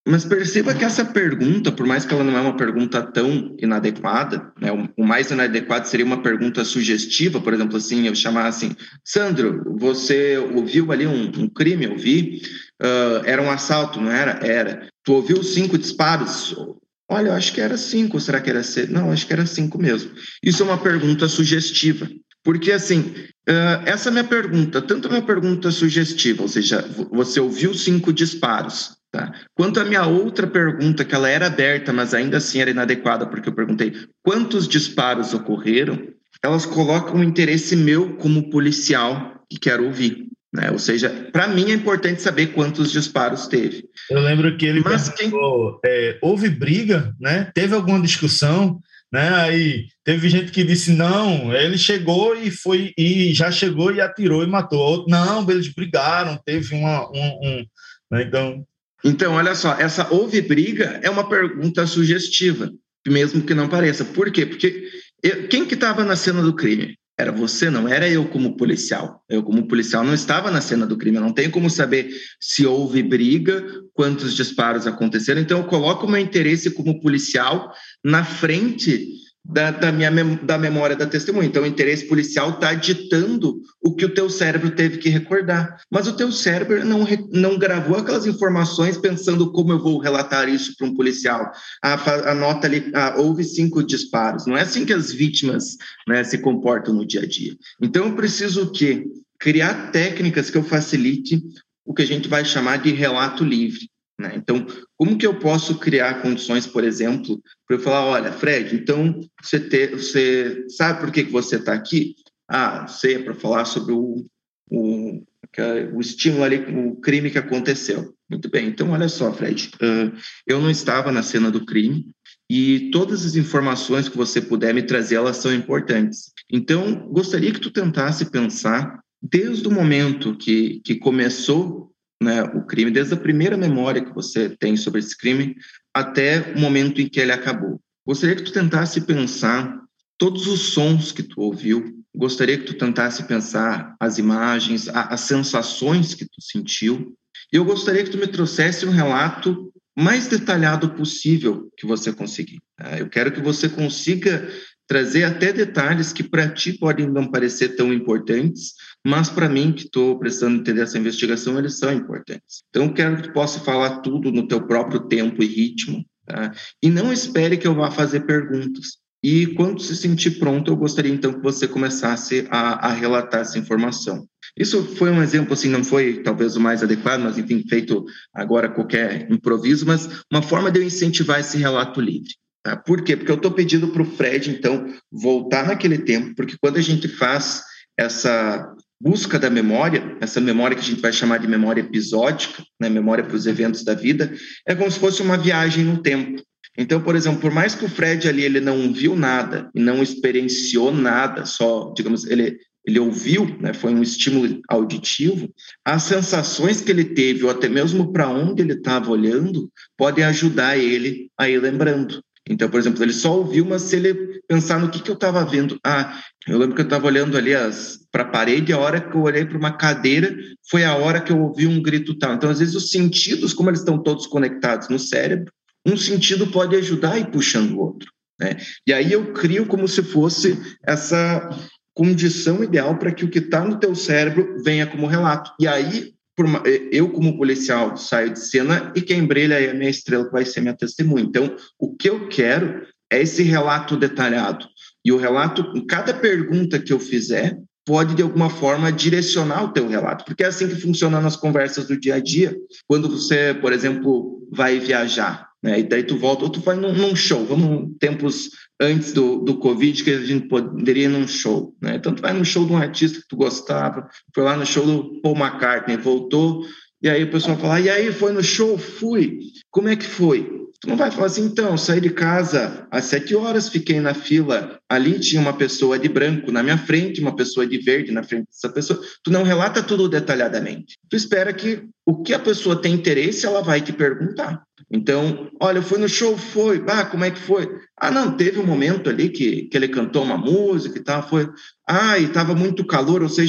Mas perceba que essa pergunta, por mais que ela não é uma pergunta tão inadequada, né, o mais inadequado seria uma pergunta sugestiva, por exemplo, assim, eu chamar assim, Sandro, você ouviu ali um, um crime? Eu vi, uh, era um assalto, não era? Era. Tu ouviu cinco disparos? Olha, eu acho que era cinco, será que era seis? Não, acho que era cinco mesmo. Isso é uma pergunta sugestiva. Porque, assim, uh, essa minha pergunta, tanto a minha pergunta sugestiva, ou seja, você ouviu cinco disparos, tá? Quanto a minha outra pergunta, que ela era aberta, mas ainda assim era inadequada, porque eu perguntei quantos disparos ocorreram, elas colocam um interesse meu como policial que quero ouvir, né? Ou seja, para mim é importante saber quantos disparos teve. Eu lembro que ele mas perguntou, quem... é, houve briga, né? Teve alguma discussão? Né? Aí teve gente que disse não, ele chegou e foi e já chegou e atirou e matou. Outro, não, eles brigaram, teve uma um, um né? então então olha só, essa houve briga é uma pergunta sugestiva, mesmo que não pareça. Por quê? Porque eu, quem que estava na cena do crime? Era você, não era eu como policial. Eu como policial não estava na cena do crime, eu não tenho como saber se houve briga, quantos disparos aconteceram. Então eu coloco o meu interesse como policial na frente da, da minha da memória da testemunha. Então o interesse policial está ditando o que o teu cérebro teve que recordar. Mas o teu cérebro não, não gravou aquelas informações pensando como eu vou relatar isso para um policial. Ah, anota ali, ah, houve cinco disparos. Não é assim que as vítimas, né, se comportam no dia a dia. Então eu preciso o quê? Criar técnicas que eu facilite o que a gente vai chamar de relato livre. Né? Então, como que eu posso criar condições, por exemplo, para eu falar, olha, Fred, então você, te, você sabe por que, que você está aqui? Ah, sei, é para falar sobre o, o, o estímulo ali, o crime que aconteceu. Muito bem, então olha só, Fred, uh, eu não estava na cena do crime e todas as informações que você puder me trazer, elas são importantes. Então, gostaria que tu tentasse pensar desde o momento que, que começou, né, o crime, desde a primeira memória que você tem sobre esse crime até o momento em que ele acabou. Gostaria que tu tentasse pensar todos os sons que tu ouviu, gostaria que tu tentasse pensar as imagens, a, as sensações que tu sentiu, e eu gostaria que tu me trouxesse um relato mais detalhado possível que você conseguir. Tá? Eu quero que você consiga trazer até detalhes que para ti podem não parecer tão importantes, mas para mim, que estou precisando entender essa investigação, eles são importantes. Então, eu quero que tu possa falar tudo no teu próprio tempo e ritmo, tá? E não espere que eu vá fazer perguntas. E quando se sentir pronto, eu gostaria então que você começasse a, a relatar essa informação. Isso foi um exemplo, assim, não foi talvez o mais adequado, mas enfim, feito agora qualquer improviso, mas uma forma de eu incentivar esse relato livre. Tá? Por quê? Porque eu estou pedindo para o Fred, então, voltar naquele tempo, porque quando a gente faz essa busca da memória, essa memória que a gente vai chamar de memória episódica, né, memória para os eventos da vida, é como se fosse uma viagem no tempo. Então, por exemplo, por mais que o Fred ali ele não viu nada e não experienciou nada, só, digamos, ele, ele ouviu, né, foi um estímulo auditivo, as sensações que ele teve, ou até mesmo para onde ele estava olhando, podem ajudar ele a ir lembrando. Então, por exemplo, ele só ouviu, mas se ele pensar no que, que eu estava vendo, ah, eu lembro que eu estava olhando ali para a parede, a hora que eu olhei para uma cadeira, foi a hora que eu ouvi um grito tal. Então, às vezes, os sentidos, como eles estão todos conectados no cérebro, um sentido pode ajudar a ir puxando o outro, né? E aí eu crio como se fosse essa condição ideal para que o que está no teu cérebro venha como relato. E aí, por uma, eu como policial saio de cena e quem brilha é a minha estrela, que vai ser minha testemunha. Então, o que eu quero é esse relato detalhado. E o relato, cada pergunta que eu fizer, pode, de alguma forma, direcionar o teu relato. Porque é assim que funciona nas conversas do dia a dia. Quando você, por exemplo, vai viajar, né? E daí tu volta, ou tu vai num, num show, vamos tempos antes do, do Covid, que a gente poderia ir num show, né? Então tu vai num show de um artista que tu gostava, foi lá no show do Paul McCartney, voltou, e aí o pessoal fala, e aí, foi no show? Fui. Como é que foi? Tu não vai falar assim, então, saí de casa às sete horas, fiquei na fila, ali tinha uma pessoa de branco na minha frente, uma pessoa de verde na frente dessa pessoa. Tu não relata tudo detalhadamente. Tu espera que o que a pessoa tem interesse, ela vai te perguntar. Então, olha, eu fui no show, foi, ah, como é que foi? Ah, não, teve um momento ali que, que ele cantou uma música e tal, foi, ah, e estava muito calor, ou seja,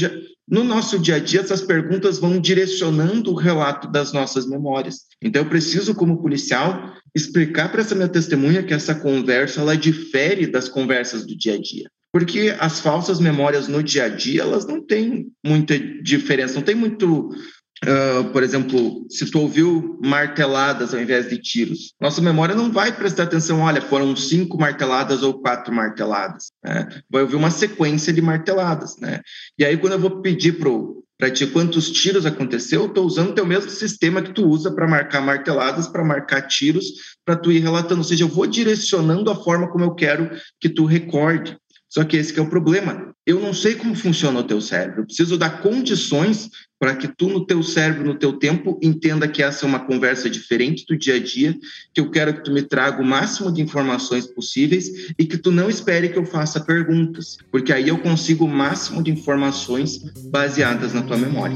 no nosso dia a dia, essas perguntas vão direcionando o relato das nossas memórias. Então, eu preciso, como policial, explicar para essa minha testemunha que essa conversa ela difere das conversas do dia a dia. Porque as falsas memórias no dia a dia, elas não têm muita diferença, não tem muito... Uh, por exemplo, se tu ouviu marteladas ao invés de tiros, nossa memória não vai prestar atenção, olha, foram cinco marteladas ou quatro marteladas, né? Vai ouvir uma sequência de marteladas, né? E aí quando eu vou pedir para ti quantos tiros aconteceu, eu estou usando o teu mesmo sistema que tu usa para marcar marteladas, para marcar tiros, para tu ir relatando, ou seja, eu vou direcionando a forma como eu quero que tu recorde. Só que esse que é o problema. Eu não sei como funciona o teu cérebro. Eu preciso dar condições para que tu, no teu cérebro, no teu tempo, entenda que essa é uma conversa diferente do dia a dia, que eu quero que tu me traga o máximo de informações possíveis e que tu não espere que eu faça perguntas, porque aí eu consigo o máximo de informações baseadas na tua memória.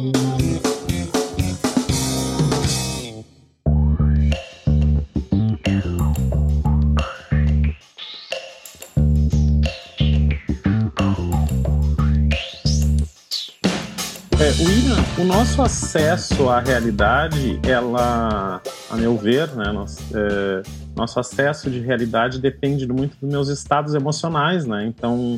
É, William, o nosso acesso à realidade, ela, a meu ver, né, nosso, é, nosso acesso de realidade depende muito dos meus estados emocionais, né? Então,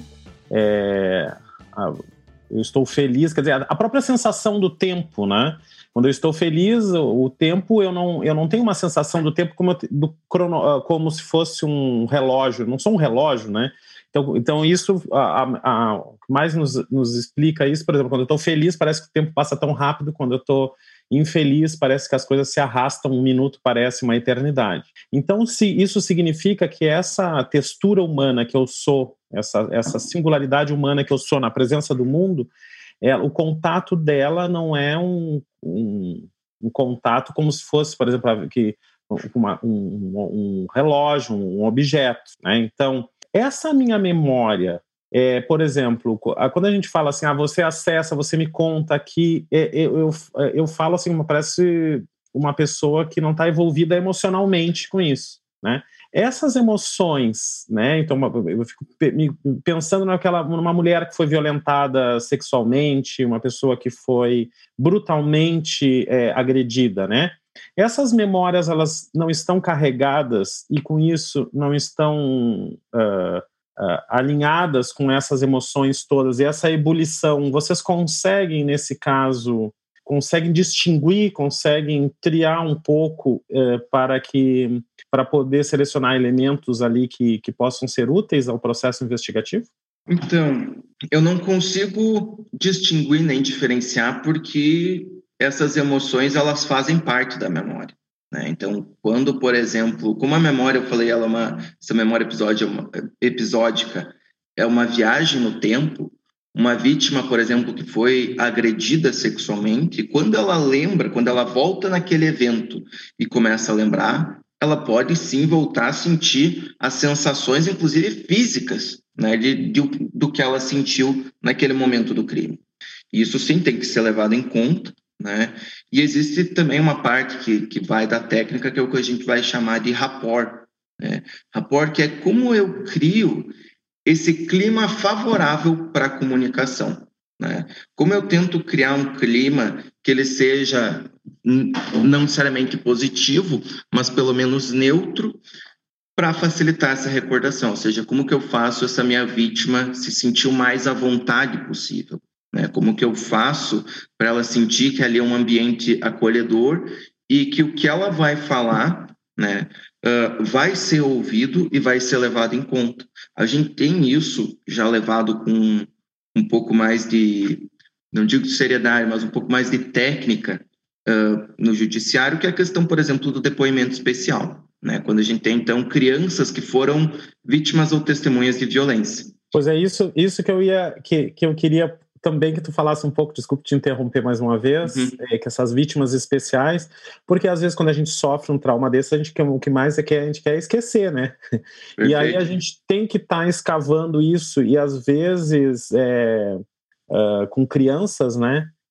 é, a, eu estou feliz, quer dizer, a, a própria sensação do tempo, né? Quando eu estou feliz, o, o tempo, eu não, eu não tenho uma sensação do tempo como, eu, do crono, como se fosse um relógio, eu não sou um relógio, né? Então, então isso a, a, a, mais nos, nos explica isso, por exemplo, quando eu estou feliz parece que o tempo passa tão rápido, quando eu estou infeliz parece que as coisas se arrastam, um minuto parece uma eternidade. Então se isso significa que essa textura humana que eu sou, essa, essa singularidade humana que eu sou na presença do mundo, é, o contato dela não é um, um, um contato como se fosse, por exemplo, que, uma, um, um relógio, um objeto, né? Então essa minha memória, é, por exemplo, quando a gente fala assim, ah, você acessa, você me conta aqui, é, eu, eu, eu falo assim, parece uma pessoa que não está envolvida emocionalmente com isso, né? Essas emoções, né? Então eu fico pensando naquela, numa mulher que foi violentada sexualmente, uma pessoa que foi brutalmente é, agredida, né? Essas memórias, elas não estão carregadas e, com isso, não estão uh, uh, alinhadas com essas emoções todas. E essa ebulição, vocês conseguem, nesse caso, conseguem distinguir, conseguem triar um pouco uh, para, que, para poder selecionar elementos ali que, que possam ser úteis ao processo investigativo? Então, eu não consigo distinguir nem diferenciar porque essas emoções, elas fazem parte da memória, né? Então, quando, por exemplo, como a memória, eu falei, ela é uma, essa memória episódia, uma, episódica é uma viagem no tempo, uma vítima, por exemplo, que foi agredida sexualmente, quando ela lembra, quando ela volta naquele evento e começa a lembrar, ela pode sim voltar a sentir as sensações, inclusive físicas, né, de, de, do que ela sentiu naquele momento do crime. Isso sim tem que ser levado em conta, né? E existe também uma parte que, que vai da técnica, que é o que a gente vai chamar de rapport, né? Rapport, que é como eu crio esse clima favorável para a comunicação, né? Como eu tento criar um clima que ele seja não necessariamente positivo, mas pelo menos neutro, para facilitar essa recordação, ou seja, como que eu faço essa minha vítima se sentir o mais à vontade possível, né? Como que eu faço para ela sentir que ali é um ambiente acolhedor e que o que ela vai falar, né, uh, vai ser ouvido e vai ser levado em conta. A gente tem isso já levado com um pouco mais de, não digo de seriedade, mas um pouco mais de técnica uh, no judiciário, que é a questão, por exemplo, do depoimento especial, né? Quando a gente tem, então, crianças que foram vítimas ou testemunhas de violência. Pois é, isso, isso que eu ia, que, que eu queria também que tu falasse um pouco, desculpe te interromper mais uma vez, uhum. é, que essas vítimas especiais, porque às vezes quando a gente sofre um trauma desse, a gente quer, o que mais é que a gente quer esquecer, né? Perfeito. E aí a gente tem que estar tá escavando isso, e às vezes é, uh, com crianças, né?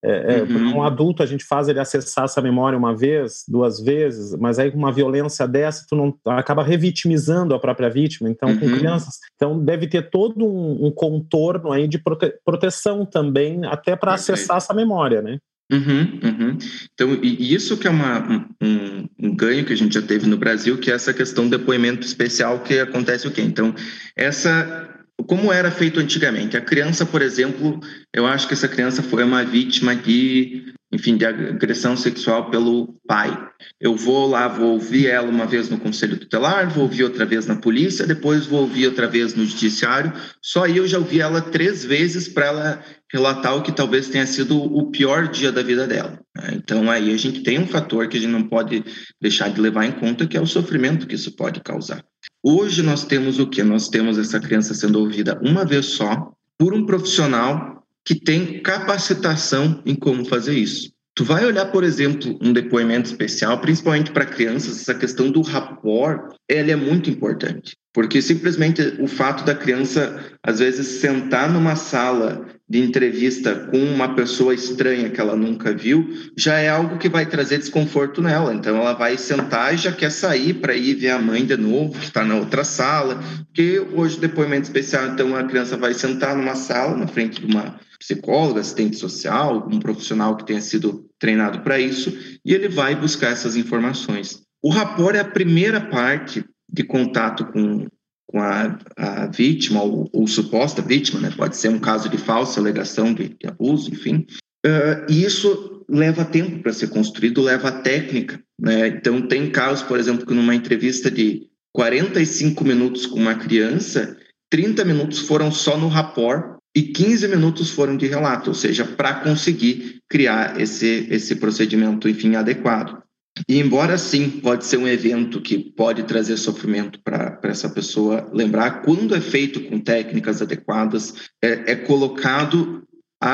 É, é, Uhum. um adulto, a gente faz ele acessar essa memória uma vez, duas vezes, mas aí com uma violência dessa, tu não acaba revitimizando a própria vítima. Então, Uhum. com crianças, então deve ter todo um, um contorno aí de prote- proteção também, até para acessar essa memória, né? Uhum, uhum. Então, e isso que é uma, um, um ganho que a gente já teve no Brasil, que é essa questão do depoimento especial, que acontece o quê? Então, essa... Como era feito antigamente? A criança, por exemplo, eu acho que essa criança foi uma vítima de, enfim, de agressão sexual pelo pai. Eu vou lá, vou ouvir ela uma vez no conselho tutelar, vou ouvir outra vez na polícia, depois vou ouvir outra vez no judiciário. Só aí eu já ouvi ela três vezes para ela relatar o que talvez tenha sido o pior dia da vida dela. Então aí a gente tem um fator que a gente não pode deixar de levar em conta, que é o sofrimento que isso pode causar. Hoje nós temos o quê? Nós temos essa criança sendo ouvida uma vez só por um profissional que tem capacitação em como fazer isso. Tu vai olhar, por exemplo, um depoimento especial, principalmente para crianças, essa questão do rapport, ela é muito importante. Porque simplesmente o fato da criança, às vezes, sentar numa sala de entrevista com uma pessoa estranha que ela nunca viu, já é algo que vai trazer desconforto nela. Então, ela vai sentar e já quer sair para ir ver a mãe de novo, que está na outra sala. Porque hoje, depoimento especial, então, a criança vai sentar numa sala, na frente de uma psicóloga, assistente social, um profissional que tenha sido treinado para isso, e ele vai buscar essas informações. O rapport é a primeira parte de contato com, com a, a vítima, ou, ou suposta vítima, né? Pode ser um caso de falsa alegação de, de abuso, enfim. Uh, e isso leva tempo para ser construído, leva técnica, né? Então, tem casos, por exemplo, que numa entrevista de quarenta e cinco minutos com uma criança, trinta minutos foram só no rapport e quinze minutos foram de relato, ou seja, para conseguir criar esse, esse procedimento, enfim, adequado. E embora sim, pode ser um evento que pode trazer sofrimento para essa pessoa lembrar, quando é feito com técnicas adequadas, é, é colocado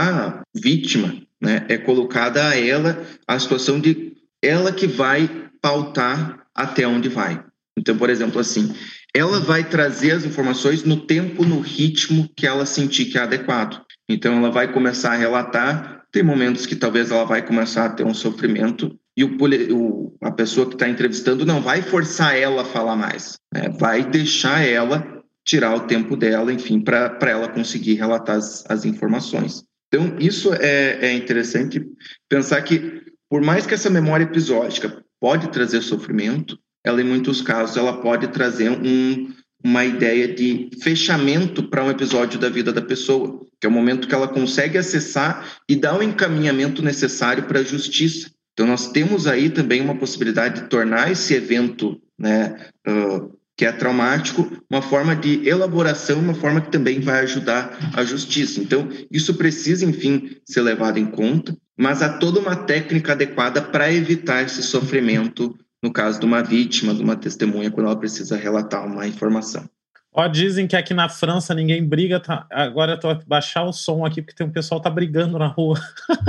a vítima, né, é colocada a ela a situação de ela que vai pautar até onde vai. Então, por exemplo, assim, ela vai trazer as informações no tempo, no ritmo que ela sentir que é adequado. Então, ela vai começar a relatar, tem momentos que talvez ela vai começar a ter um sofrimento, e o, o, a pessoa que está entrevistando não vai forçar ela a falar mais, né? Vai deixar ela tirar o tempo dela, enfim, para ela conseguir relatar as, as informações. Então, isso é, é interessante pensar que, por mais que essa memória episódica pode trazer sofrimento, ela, em muitos casos, ela pode trazer um, uma ideia de fechamento para um episódio da vida da pessoa, que é o momento que ela consegue acessar e dar o encaminhamento necessário para a justiça. Então, nós temos aí também uma possibilidade de tornar esse evento, né, uh, que é traumático, uma forma de elaboração, uma forma que também vai ajudar a justiça. Então, isso precisa, enfim, ser levado em conta, mas há toda uma técnica adequada para evitar esse sofrimento no caso de uma vítima, de uma testemunha, quando ela precisa relatar uma informação. Ó, dizem que aqui na França ninguém briga, tá... agora eu tô a baixar o som aqui porque tem um pessoal tá brigando na rua.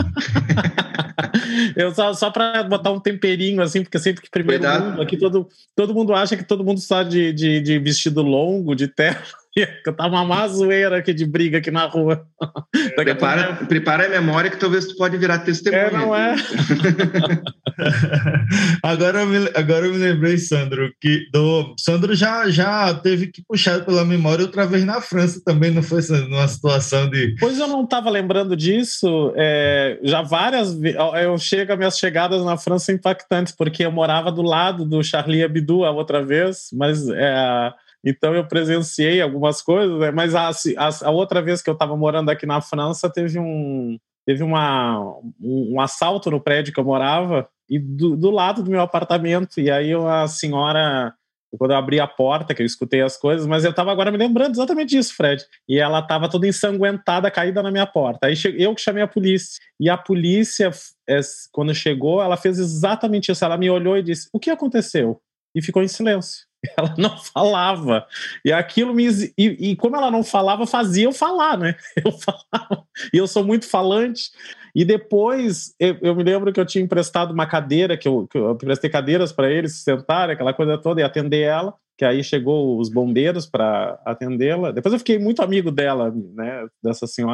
eu só, só para botar um temperinho assim, porque sempre que primeiro Cuidado. mundo, aqui todo, todo mundo acha que todo mundo está de, de, de vestido longo, de terno. Tá uma mazoeira aqui de briga aqui na rua. Prepara, pouco... prepara a memória que talvez tu pode virar testemunha. É, não é? agora, eu me, agora eu me lembrei, Sandro, que do, Sandro já, já teve que puxar pela memória outra vez na França também, não foi, Sandro? Numa situação de... Pois eu não estava lembrando disso. É, já várias vezes... Eu chego, minhas chegadas na França impactantes, porque eu morava do lado do Charlie Hebdo a outra vez, mas... É, então eu presenciei algumas coisas, né? Mas a, a, a outra vez que eu estava morando aqui na França teve um, teve uma, um, um assalto no prédio que eu morava e do, do lado do meu apartamento, e aí a senhora, quando eu abri a porta, que eu escutei as coisas, mas eu estava agora me lembrando exatamente disso, Fred, e ela estava toda ensanguentada, caída na minha porta. Aí eu que chamei a polícia, e a polícia, quando chegou, ela fez exatamente isso, ela me olhou e disse, o que aconteceu? E ficou em silêncio. Ela não falava. E aquilo me. E, e como ela não falava, fazia eu falar, né? Eu falava. E eu sou muito falante. E depois, eu, eu me lembro que eu tinha emprestado uma cadeira, que eu, que eu emprestei cadeiras para eles se sentarem, aquela coisa toda, e atender ela. Que aí chegou os bombeiros para atendê-la. Depois eu fiquei muito amigo dela, né? Dessa senhora.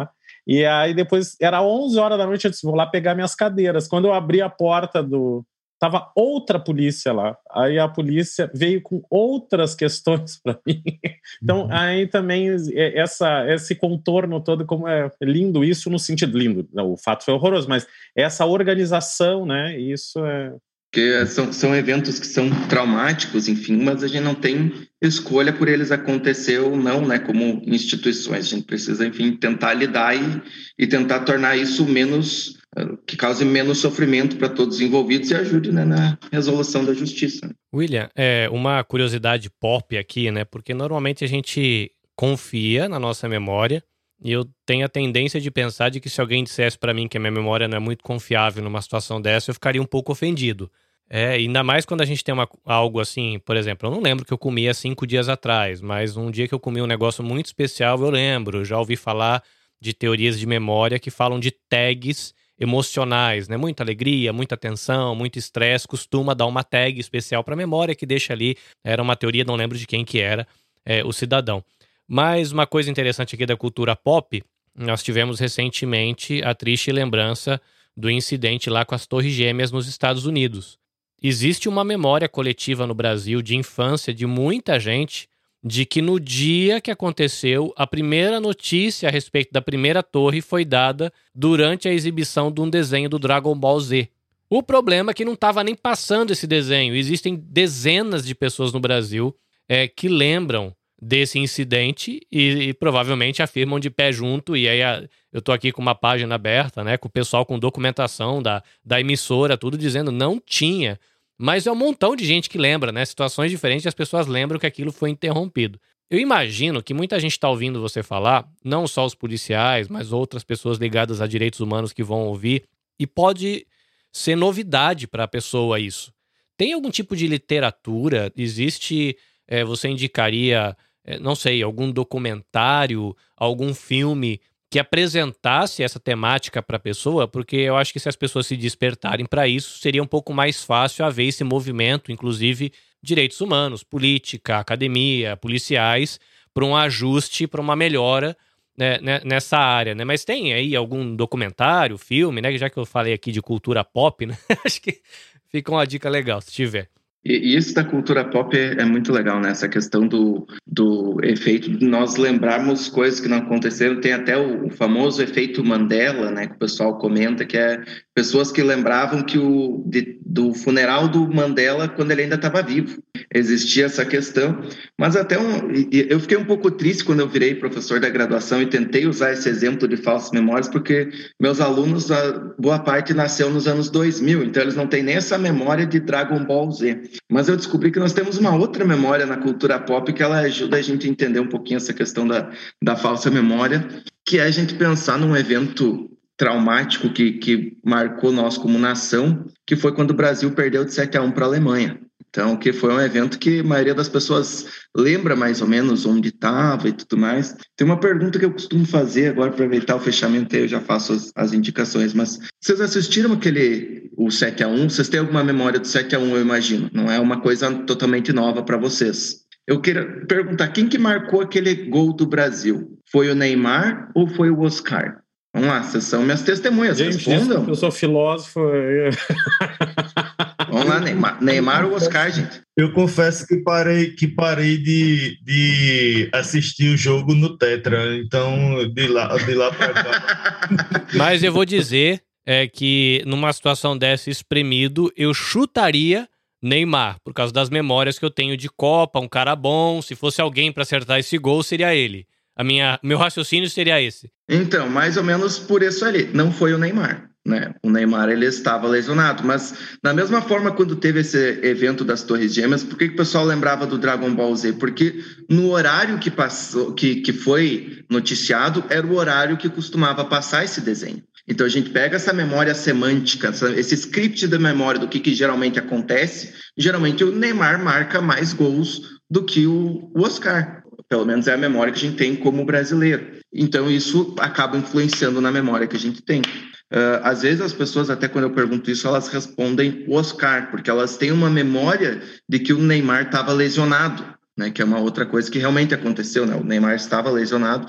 E aí depois, era onze horas da noite, eu disse, vou lá pegar minhas cadeiras. Quando eu abri a porta do... Tava outra polícia lá. Aí a polícia veio com outras questões para mim. Então, uhum. aí também essa, esse contorno todo, como é lindo isso no sentido lindo. O fato foi horroroso, mas essa organização, né? Isso é... Porque são, são eventos que são traumáticos, enfim, mas a gente não tem escolha por eles acontecer ou não, né? Como instituições. A gente precisa, enfim, tentar lidar e, e tentar tornar isso menos... que cause menos sofrimento para todos os envolvidos e ajude, né, na resolução da justiça. William, é uma curiosidade pop aqui, né? Porque normalmente a gente confia na nossa memória e eu tenho a tendência de pensar de que se alguém dissesse para mim que a minha memória não é muito confiável numa situação dessa, eu ficaria um pouco ofendido. É, ainda mais quando a gente tem uma, algo assim, por exemplo, eu não lembro que eu comi há cinco dias atrás, mas um dia que eu comi um negócio muito especial, eu lembro. Eu já ouvi falar de teorias de memória que falam de tags emocionais, né? Muita alegria, muita tensão, muito estresse, costuma dar uma tag especial para a memória que deixa ali, era uma teoria, não lembro de quem que era, é, o cidadão. Mas uma coisa interessante aqui da cultura pop, nós tivemos recentemente a triste lembrança do incidente lá com as Torres Gêmeas nos Estados Unidos. Existe uma memória coletiva no Brasil de infância de muita gente de que no dia que aconteceu, a primeira notícia a respeito da primeira torre foi dada durante a exibição de um desenho do Dragon Ball Z. O problema é que não estava nem passando esse desenho. Existem dezenas de pessoas no Brasil é, que lembram desse incidente e, e provavelmente afirmam de pé junto. E aí a, eu estou aqui com uma página aberta, né, com o pessoal com documentação da, da emissora, tudo dizendo não tinha. Mas é um montão de gente que lembra, né? Situações diferentes e as pessoas lembram que aquilo foi interrompido. Eu imagino que muita gente está ouvindo você falar, não só os policiais, mas outras pessoas ligadas a direitos humanos que vão ouvir, e pode ser novidade para a pessoa isso. Tem algum tipo de literatura? Existe, é, você indicaria, é, não sei, algum documentário, algum filme que apresentasse essa temática para a pessoa, porque eu acho que se as pessoas se despertarem para isso, seria um pouco mais fácil haver esse movimento, inclusive direitos humanos, política, academia, policiais, para um ajuste, para uma melhora, né, nessa área, né? Mas tem aí algum documentário, filme, né? Já que eu falei aqui de cultura pop, né? Acho que fica uma dica legal, se tiver. E isso da cultura pop é, é muito legal, né? Essa questão do, do efeito de nós lembrarmos coisas que não aconteceram. Tem até o, o famoso efeito Mandela, né? Que o pessoal comenta, que é pessoas que lembravam que o, de, do funeral do Mandela quando ele ainda estava vivo. Existia essa questão. Mas até um, eu fiquei um pouco triste quando eu virei professor da graduação e tentei usar esse exemplo de falsas memórias, porque meus alunos, a boa parte nasceu nos anos dois mil, então eles não têm nem essa memória de Dragon Ball Z. Mas eu descobri que nós temos uma outra memória na cultura pop que ela ajuda a gente a entender um pouquinho essa questão da, da falsa memória, que é a gente pensar num evento traumático que, que marcou nós como nação, que foi quando o Brasil perdeu de sete a um para a Alemanha. Então, que foi um evento que a maioria das pessoas lembra mais ou menos onde estava e tudo mais. Tem uma pergunta que eu costumo fazer agora, para aproveitar o fechamento, aí eu já faço as, as indicações, mas vocês assistiram aquele, o sete a um? Vocês têm alguma memória do sete a um, eu imagino? Não é uma coisa totalmente nova para vocês. Eu queria perguntar, quem que marcou aquele gol do Brasil? Foi o Neymar ou foi o Oscar? Vamos lá, vocês são minhas testemunhas, gente, respondam. Eu sou filósofo. Vamos lá, Neymar, Neymar ou Oscar, gente? Eu confesso que parei, que parei de, de assistir o jogo no Tetra, então de lá, de lá pra cá. Mas eu vou dizer é, que numa situação dessa espremido, eu chutaria Neymar, por causa das memórias que eu tenho de Copa, um cara bom, se fosse alguém para acertar esse gol, seria ele. A minha, meu raciocínio seria esse. Então, mais ou menos por isso ali. Não foi o Neymar, né? O Neymar, ele estava lesionado. Mas, da mesma forma, quando teve esse evento das Torres Gêmeas, por que, que o pessoal lembrava do Dragon Ball Z? Porque no horário que, passou, que, que foi noticiado, era o horário que costumava passar esse desenho. Então, a gente pega essa memória semântica, esse script da memória do que, que geralmente acontece. Geralmente, o Neymar marca mais gols do que o, o Oscar. Pelo menos é a memória que a gente tem como brasileiro. Então, isso acaba influenciando na memória que a gente tem. Uh, às vezes, as pessoas, até quando eu pergunto isso, elas respondem o Oscar, porque elas têm uma memória de que o Neymar estava lesionado, né? Que é uma outra coisa que realmente aconteceu, né? O Neymar estava lesionado.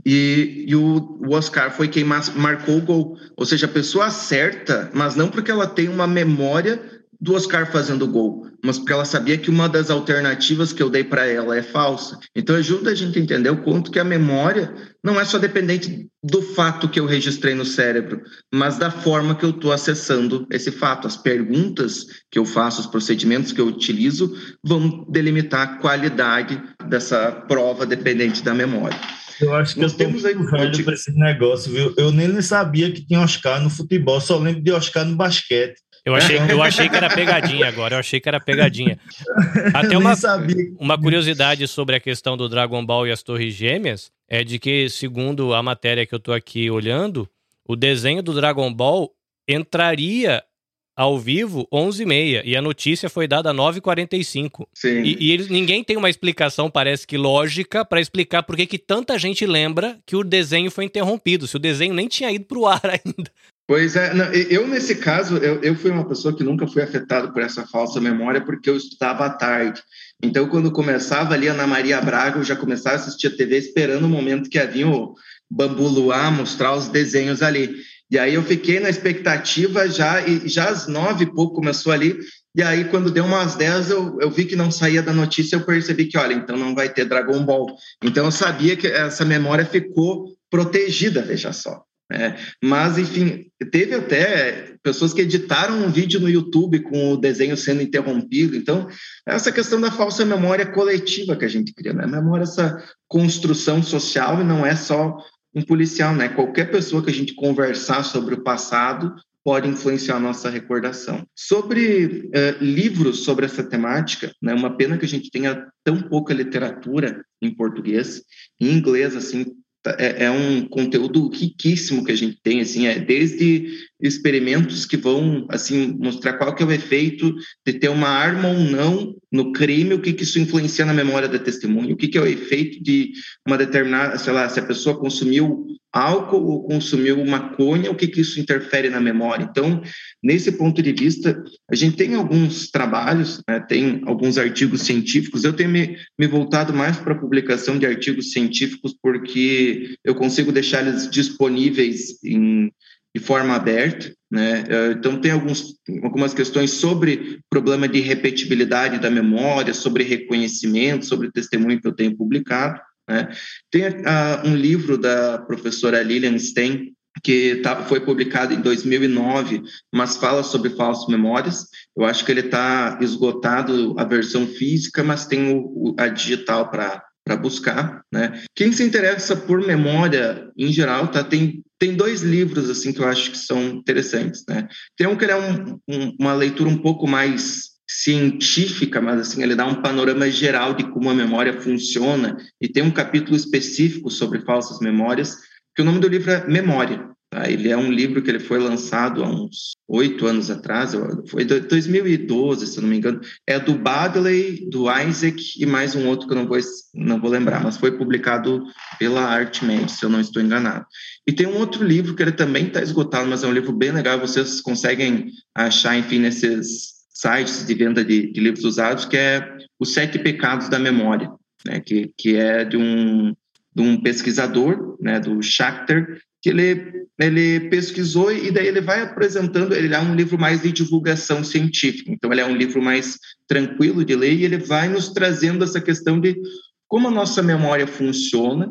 e, e o, o Oscar foi quem mas, marcou o gol. Ou seja, a pessoa acerta, mas não porque ela tem uma memória do Oscar fazendo o gol, mas porque ela sabia que uma das alternativas que eu dei para ela é falsa. Então ajuda a gente a entender o quanto que a memória não é só dependente do fato que eu registrei no cérebro, mas da forma que eu estou acessando esse fato. As perguntas que eu faço, os procedimentos que eu utilizo vão delimitar a qualidade dessa prova dependente da memória. Eu acho que Nós eu tô temos aí muito velho para esse negócio, viu? Eu nem sabia que tinha Oscar no futebol, só lembro de Oscar no basquete. Eu achei, eu achei que era pegadinha agora, eu achei que era pegadinha. Até uma, uma curiosidade sobre a questão do Dragon Ball e as Torres Gêmeas é de que, segundo a matéria que eu tô aqui olhando, o desenho do Dragon Ball entraria ao vivo onze e meia e a notícia foi dada às nove e quarenta e cinco. Sim. E, e eles, ninguém tem uma explicação, parece que lógica, para explicar por que que tanta gente lembra que o desenho foi interrompido, se o desenho nem tinha ido pro ar ainda. Pois é, não, eu nesse caso, eu, eu fui uma pessoa que nunca fui afetado por essa falsa memória porque eu estudava à tarde. Então, quando começava ali a Ana Maria Braga, eu já começava a assistir a T V esperando o momento que havia o Bambu Luar mostrar os desenhos ali. E aí eu fiquei na expectativa já, e já às nove e pouco começou ali, e aí quando deu umas dez eu, eu vi que não saía da notícia, eu percebi que, olha, então não vai ter Dragon Ball. Então eu sabia que essa memória ficou protegida, veja só. É, mas, enfim, teve até pessoas que editaram um vídeo no YouTube com o desenho sendo interrompido. Então, essa questão da falsa memória coletiva que a gente cria, né? A memória é essa construção social e não é só um policial, né? Qualquer pessoa que a gente conversar sobre o passado pode influenciar a nossa recordação. Sobre uh, livros sobre essa temática, né? Uma pena que a gente tenha tão pouca literatura em português. Em inglês, assim, É, é um conteúdo riquíssimo que a gente tem, assim, é desde experimentos que vão, assim, mostrar qual que é o efeito de ter uma arma ou não no crime, o que que isso influencia na memória da testemunha, o que que é o efeito de uma determinada, sei lá, se a pessoa consumiu álcool ou consumiu maconha, o que que isso interfere na memória. Então, nesse ponto de vista, a gente tem alguns trabalhos, né, tem alguns artigos científicos. Eu tenho me, me voltado mais para a publicação de artigos científicos porque eu consigo deixar eles disponíveis em, de forma aberta, né? Então, tem alguns, algumas questões sobre problema de repetibilidade da memória, sobre reconhecimento, sobre testemunho que eu tenho publicado, né? Tem uh, um livro da professora Lilian Stein, que tá, foi publicado em dois mil e nove, mas fala sobre falsas memórias. Eu acho que ele está esgotado a versão física, mas tem o, o, a digital para para buscar, né? Quem se interessa por memória em geral, tá? Tem, tem dois livros assim que eu acho que são interessantes, né? Tem um que ele é um, um, uma leitura um pouco mais científica, mas assim ele dá um panorama geral de como a memória funciona e tem um capítulo específico sobre falsas memórias, que o nome do livro é Memória. Tá? Ele é um livro que ele foi lançado há uns oito anos atrás, foi dois mil e doze, se eu não me engano. É do Baddeley, do Isaac e mais um outro que eu não vou, não vou lembrar, mas foi publicado pela ArtMed, se eu não estou enganado. E tem um outro livro que ele também está esgotado, mas é um livro bem legal, vocês conseguem achar, enfim, nesses sites de venda de, de livros usados, que é Os Sete Pecados da Memória, né? que, que é de um, de um pesquisador, né? do Schachter, que ele, ele pesquisou e daí ele vai apresentando, ele é um livro mais de divulgação científica, então ele é um livro mais tranquilo de ler e ele vai nos trazendo essa questão de como a nossa memória funciona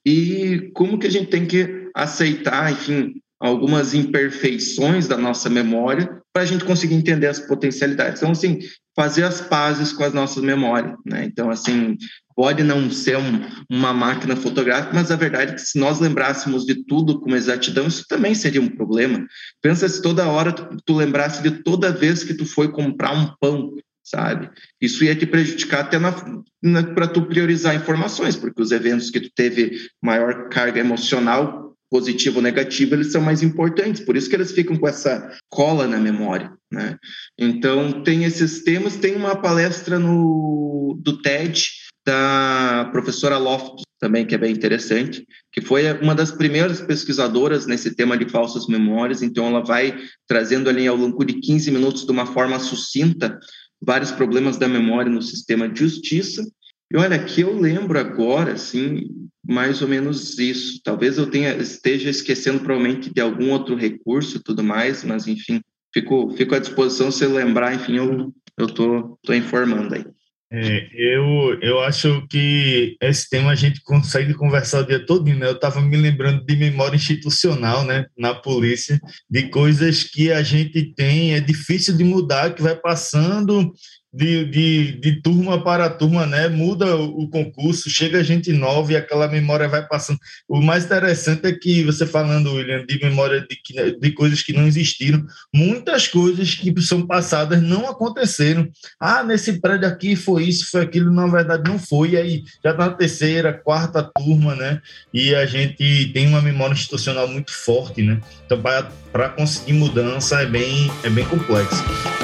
e como que a gente tem que aceitar, enfim, algumas imperfeições da nossa memória para a gente conseguir entender as potencialidades. Então, assim, fazer as pazes com as nossas memórias, né? Então, assim, pode não ser um, uma máquina fotográfica, mas a verdade é que se nós lembrássemos de tudo com exatidão, isso também seria um problema. Pensa se toda hora tu, tu lembrasse de toda vez que tu foi comprar um pão, sabe? Isso ia te prejudicar até na, na, para tu priorizar informações, porque os eventos que tu teve maior carga emocional, positivo ou negativo, eles são mais importantes, por isso que eles ficam com essa cola na memória, né? Então, tem esses temas, tem uma palestra no, do TED, da professora Loftus, também, que é bem interessante, que foi uma das primeiras pesquisadoras nesse tema de falsas memórias, então ela vai trazendo ali ao longo de quinze minutos, de uma forma sucinta, vários problemas da memória no sistema de justiça. E olha, que eu lembro agora, assim, mais ou menos isso. Talvez eu tenha, esteja esquecendo provavelmente de algum outro recurso e tudo mais, mas enfim, fico, fico à disposição se lembrar, enfim, eu eu tô, tô informando aí. É, eu, eu acho que esse tema a gente consegue conversar o dia todo, né? Eu estava me lembrando de memória institucional, né? Na polícia, de coisas que a gente tem, é difícil de mudar, que vai passando de, de, de turma para turma, né? Muda o, o concurso, chega gente nova e aquela memória vai passando. O mais interessante é que você falando, William, de memória de, de coisas que não existiram, muitas coisas que são passadas não aconteceram. Ah, nesse prédio aqui foi isso, foi aquilo, na verdade não foi, e aí já está na terceira, quarta turma, né? E a gente tem uma memória institucional muito forte, né? Então, para conseguir mudança é bem, é bem complexo.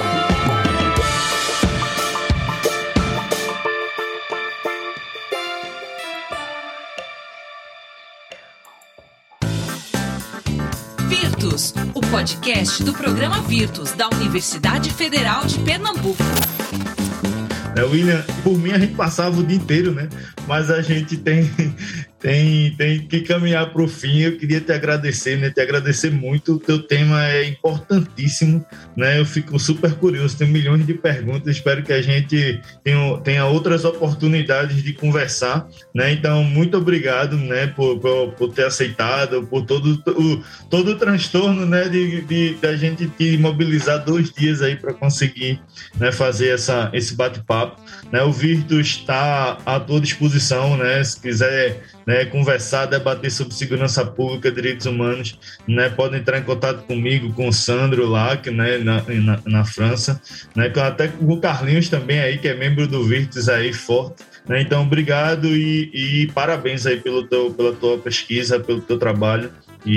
Virtus, o podcast do programa Virtus da Universidade Federal de Pernambuco. É, William, por mim a gente passava o dia inteiro, né? Mas a gente tem, tem, tem que caminhar para o fim. Eu queria te agradecer, né? Te agradecer muito. O teu tema é importantíssimo, né? Eu fico super curioso, tenho milhões de perguntas. Espero que a gente tenha, tenha outras oportunidades de conversar, né? Então, muito obrigado, né? Por, por, por ter aceitado, por todo o, todo o transtorno, né? De, de, de a gente te mobilizar dois dias aí para conseguir, né? Fazer essa, esse bate-papo. Né, o Virtus está à tua disposição, né, se quiser, né, conversar, debater sobre segurança pública, direitos humanos, né, pode entrar em contato comigo, com o Sandro lá, que, né, na, na, na França, né, até com o Carlinhos também aí, que é membro do Virtus aí, forte. Né, então, obrigado e, e parabéns aí pelo teu, pela tua pesquisa, pelo teu trabalho,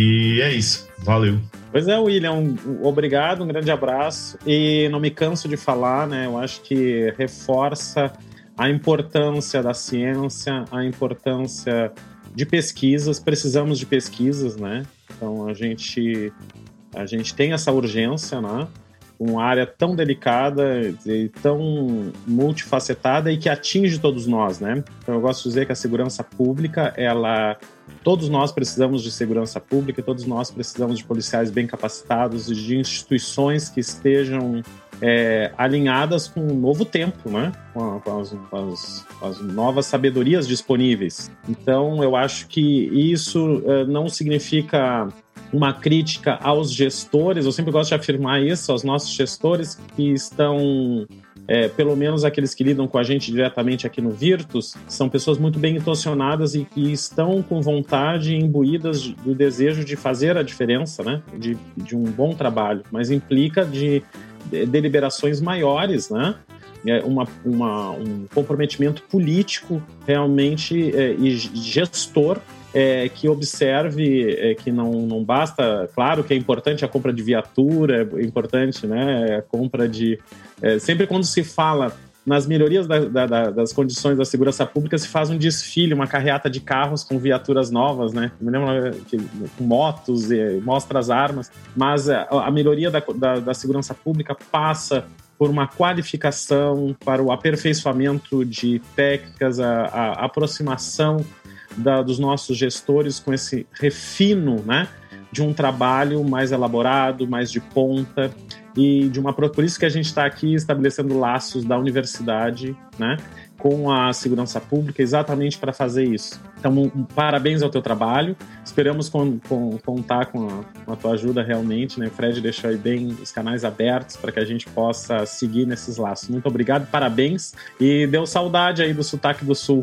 e é isso, valeu. Pois é, William, um, obrigado, um grande abraço. E não me canso de falar, né? Eu acho que reforça a importância da ciência, a importância de pesquisas. Precisamos de pesquisas, né? Então a gente, a gente tem essa urgência, né? Uma área tão delicada e tão multifacetada e que atinge todos nós, né? Então eu gosto de dizer que a segurança pública, ela... Todos nós precisamos de segurança pública, todos nós precisamos de policiais bem capacitados e de instituições que estejam é, alinhadas com o novo tempo, né? com, com, as, com, as, com as novas sabedorias disponíveis. Então, eu acho que isso é, não significa uma crítica aos gestores, eu sempre gosto de afirmar isso, aos nossos gestores que estão... É, pelo menos aqueles que lidam com a gente diretamente aqui no Virtus, são pessoas muito bem intencionadas e que estão com vontade, imbuídas do desejo de fazer a diferença, né? de, de um bom trabalho, mas implica de, de deliberações maiores, né? É uma, uma, um comprometimento político realmente é, e gestor É, que observe é, que não, não basta, claro que é importante a compra de viatura, é importante, né, a compra de... É, sempre quando se fala nas melhorias da, da, das condições da segurança pública, se faz um desfile, uma carreata de carros com viaturas novas, né, me lembro que, com motos, e, mostra as armas, mas a, a melhoria da, da, da segurança pública passa por uma qualificação, para o aperfeiçoamento de técnicas, a, a aproximação Da, dos nossos gestores com esse refino, né, de um trabalho mais elaborado, mais de ponta e de uma... Por isso que a gente está aqui estabelecendo laços da universidade, né, com a segurança pública, exatamente para fazer isso. Então, um, um, parabéns ao teu trabalho. Esperamos com, com, contar com a, com a tua ajuda realmente, né? O Fred deixou aí bem os canais abertos para que a gente possa seguir nesses laços. Muito obrigado, parabéns. E deu saudade aí do sotaque do Sul.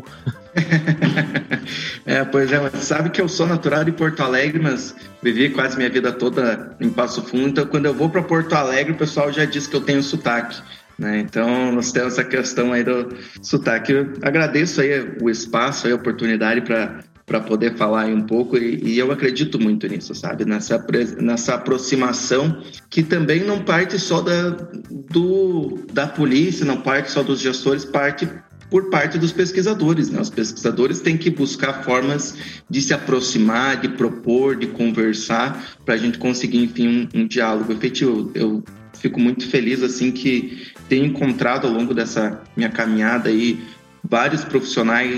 É, pois é, sabe que eu sou natural de Porto Alegre, mas vivi quase minha vida toda em Passo Fundo, então quando eu vou para Porto Alegre, o pessoal já diz que eu tenho sotaque. Né? Então, nós temos essa questão aí do sotaque. Eu agradeço aí o espaço, aí a oportunidade para para poder falar aí um pouco e, e eu acredito muito nisso, sabe? Nessa, nessa aproximação que também não parte só da, do, da polícia, não parte só dos gestores, parte por parte dos pesquisadores, né? Os pesquisadores têm que buscar formas de se aproximar, de propor, de conversar, para a gente conseguir, enfim, um, um diálogo efetivo. Eu fico muito feliz, assim, que tenho encontrado ao longo dessa minha caminhada aí vários profissionais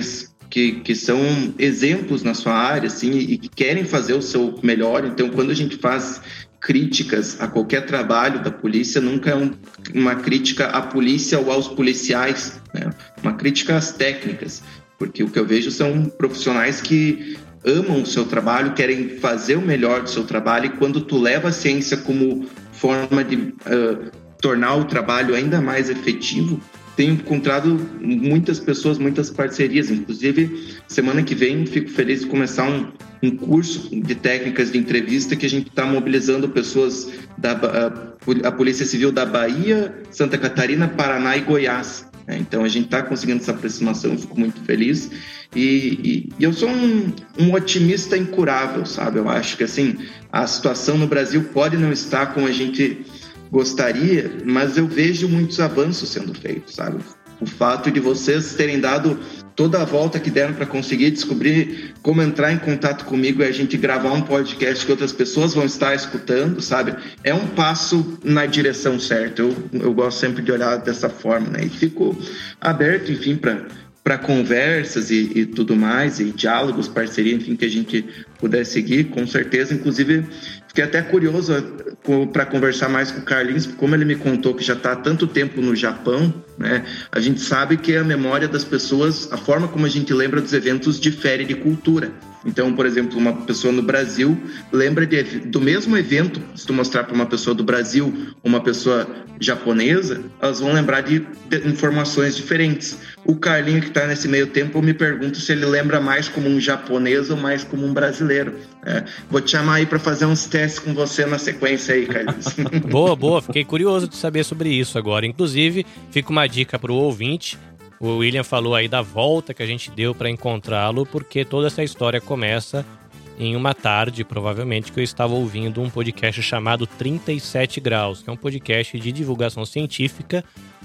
que, que são exemplos na sua área, assim, e que querem fazer o seu melhor. Então, quando a gente faz críticas a qualquer trabalho da polícia, nunca é um, uma crítica à polícia ou aos policiais, né? Uma crítica às técnicas, porque o que eu vejo são profissionais que amam o seu trabalho, querem fazer o melhor do seu trabalho, e quando tu leva a ciência como forma de uh, tornar o trabalho ainda mais efetivo, tenho encontrado muitas pessoas, muitas parcerias. Inclusive, semana que vem, fico feliz de começar um, um curso de técnicas de entrevista que a gente está mobilizando pessoas da a, a Polícia Civil da Bahia, Santa Catarina, Paraná e Goiás. Então, a gente está conseguindo essa aproximação, fico muito feliz. E, e, e eu sou um, um otimista incurável, sabe? Eu acho que, assim, a situação no Brasil pode não estar como a gente gostaria, mas eu vejo muitos avanços sendo feitos, sabe? O fato de vocês terem dado toda a volta que deram para conseguir descobrir como entrar em contato comigo e a gente gravar um podcast que outras pessoas vão estar escutando, sabe? É um passo na direção certa. Eu, eu gosto sempre de olhar dessa forma, né? E fico aberto, enfim, para para conversas e, e tudo mais, e diálogos, parceria, enfim, que a gente puder seguir, com certeza. Inclusive, fiquei até curioso para conversar mais com o Carlinhos, porque como ele me contou que já está há tanto tempo no Japão, né, a gente sabe que a memória das pessoas, a forma como a gente lembra dos eventos difere de cultura. Então, por exemplo, uma pessoa no Brasil lembra de, do mesmo evento, se tu mostrar para uma pessoa do Brasil, uma pessoa japonesa, elas vão lembrar de, de informações diferentes. O Carlinho, que está nesse meio tempo, eu me pergunto se ele lembra mais como um japonês ou mais como um brasileiro. É, vou te chamar aí para fazer uns testes com você na sequência aí, Carlinhos. Boa, boa. Fiquei curioso de saber sobre isso agora. Inclusive, fica uma dica para o ouvinte. O William falou aí da volta que a gente deu para encontrá-lo, porque toda essa história começa em uma tarde, provavelmente, que eu estava ouvindo um podcast chamado trinta e sete graus, que é um podcast de divulgação científica,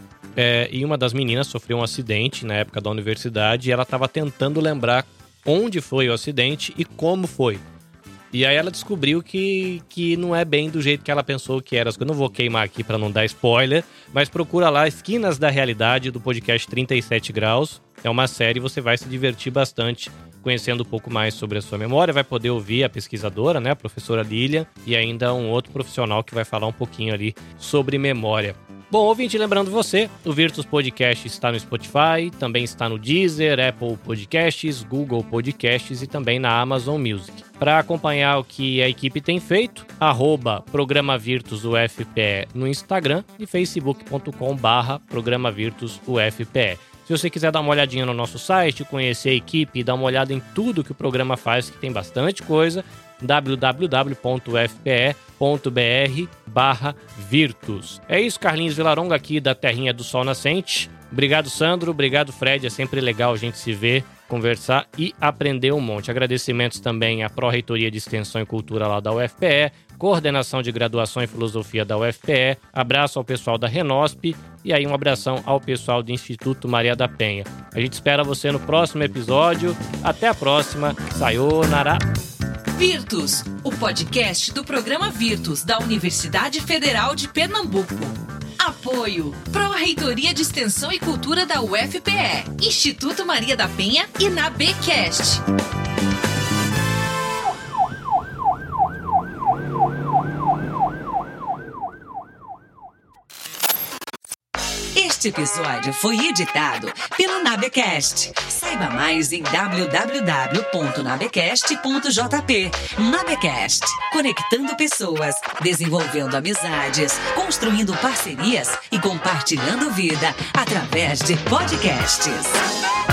é, e uma das meninas sofreu um acidente na época da universidade e ela estava tentando lembrar onde foi o acidente e como foi. E aí ela descobriu que, que não é bem do jeito que ela pensou que era. Eu não vou queimar aqui para não dar spoiler, mas procura lá Esquinas da Realidade do podcast trinta e sete graus. É uma série, você vai se divertir bastante conhecendo um pouco mais sobre a sua memória. Vai poder ouvir a pesquisadora, né, a professora Lilian, e ainda um outro profissional que vai falar um pouquinho ali sobre memória. Bom, ouvinte, lembrando você, o Virtus Podcast está no Spotify, também está no Deezer, Apple Podcasts, Google Podcasts e também na Amazon Music. Para acompanhar o que a equipe tem feito, arroba Programa Virtus U F P E no Instagram e facebook ponto com barra Programa Virtus U F P E. Se você quiser dar uma olhadinha no nosso site, conhecer a equipe e dar uma olhada em tudo que o programa faz, que tem bastante coisa, w w w ponto u f p e ponto b r barra Virtus. É isso, Carlinhos Vilaronga aqui da Terrinha do Sol Nascente. Obrigado, Sandro. Obrigado, Fred. É sempre legal a gente se ver, conversar e aprender um monte. Agradecimentos também à Pró-Reitoria de Extensão e Cultura lá da U F P E, Coordenação de Graduação em Filosofia da U F P E, abraço ao pessoal da Renosp e aí um abração ao pessoal do Instituto Maria da Penha. A gente espera você no próximo episódio. Até a próxima. Sayonara. Virtus, o podcast do programa Virtus da Universidade Federal de Pernambuco. Apoio Pró-Reitoria de Extensão e Cultura da U F P E, Instituto Maria da Penha e na Bcast. Este episódio foi editado pelo Nabecast. Saiba mais em w w w ponto nabecast ponto j p. Nabecast, conectando pessoas, desenvolvendo amizades, construindo parcerias e compartilhando vida através de podcasts.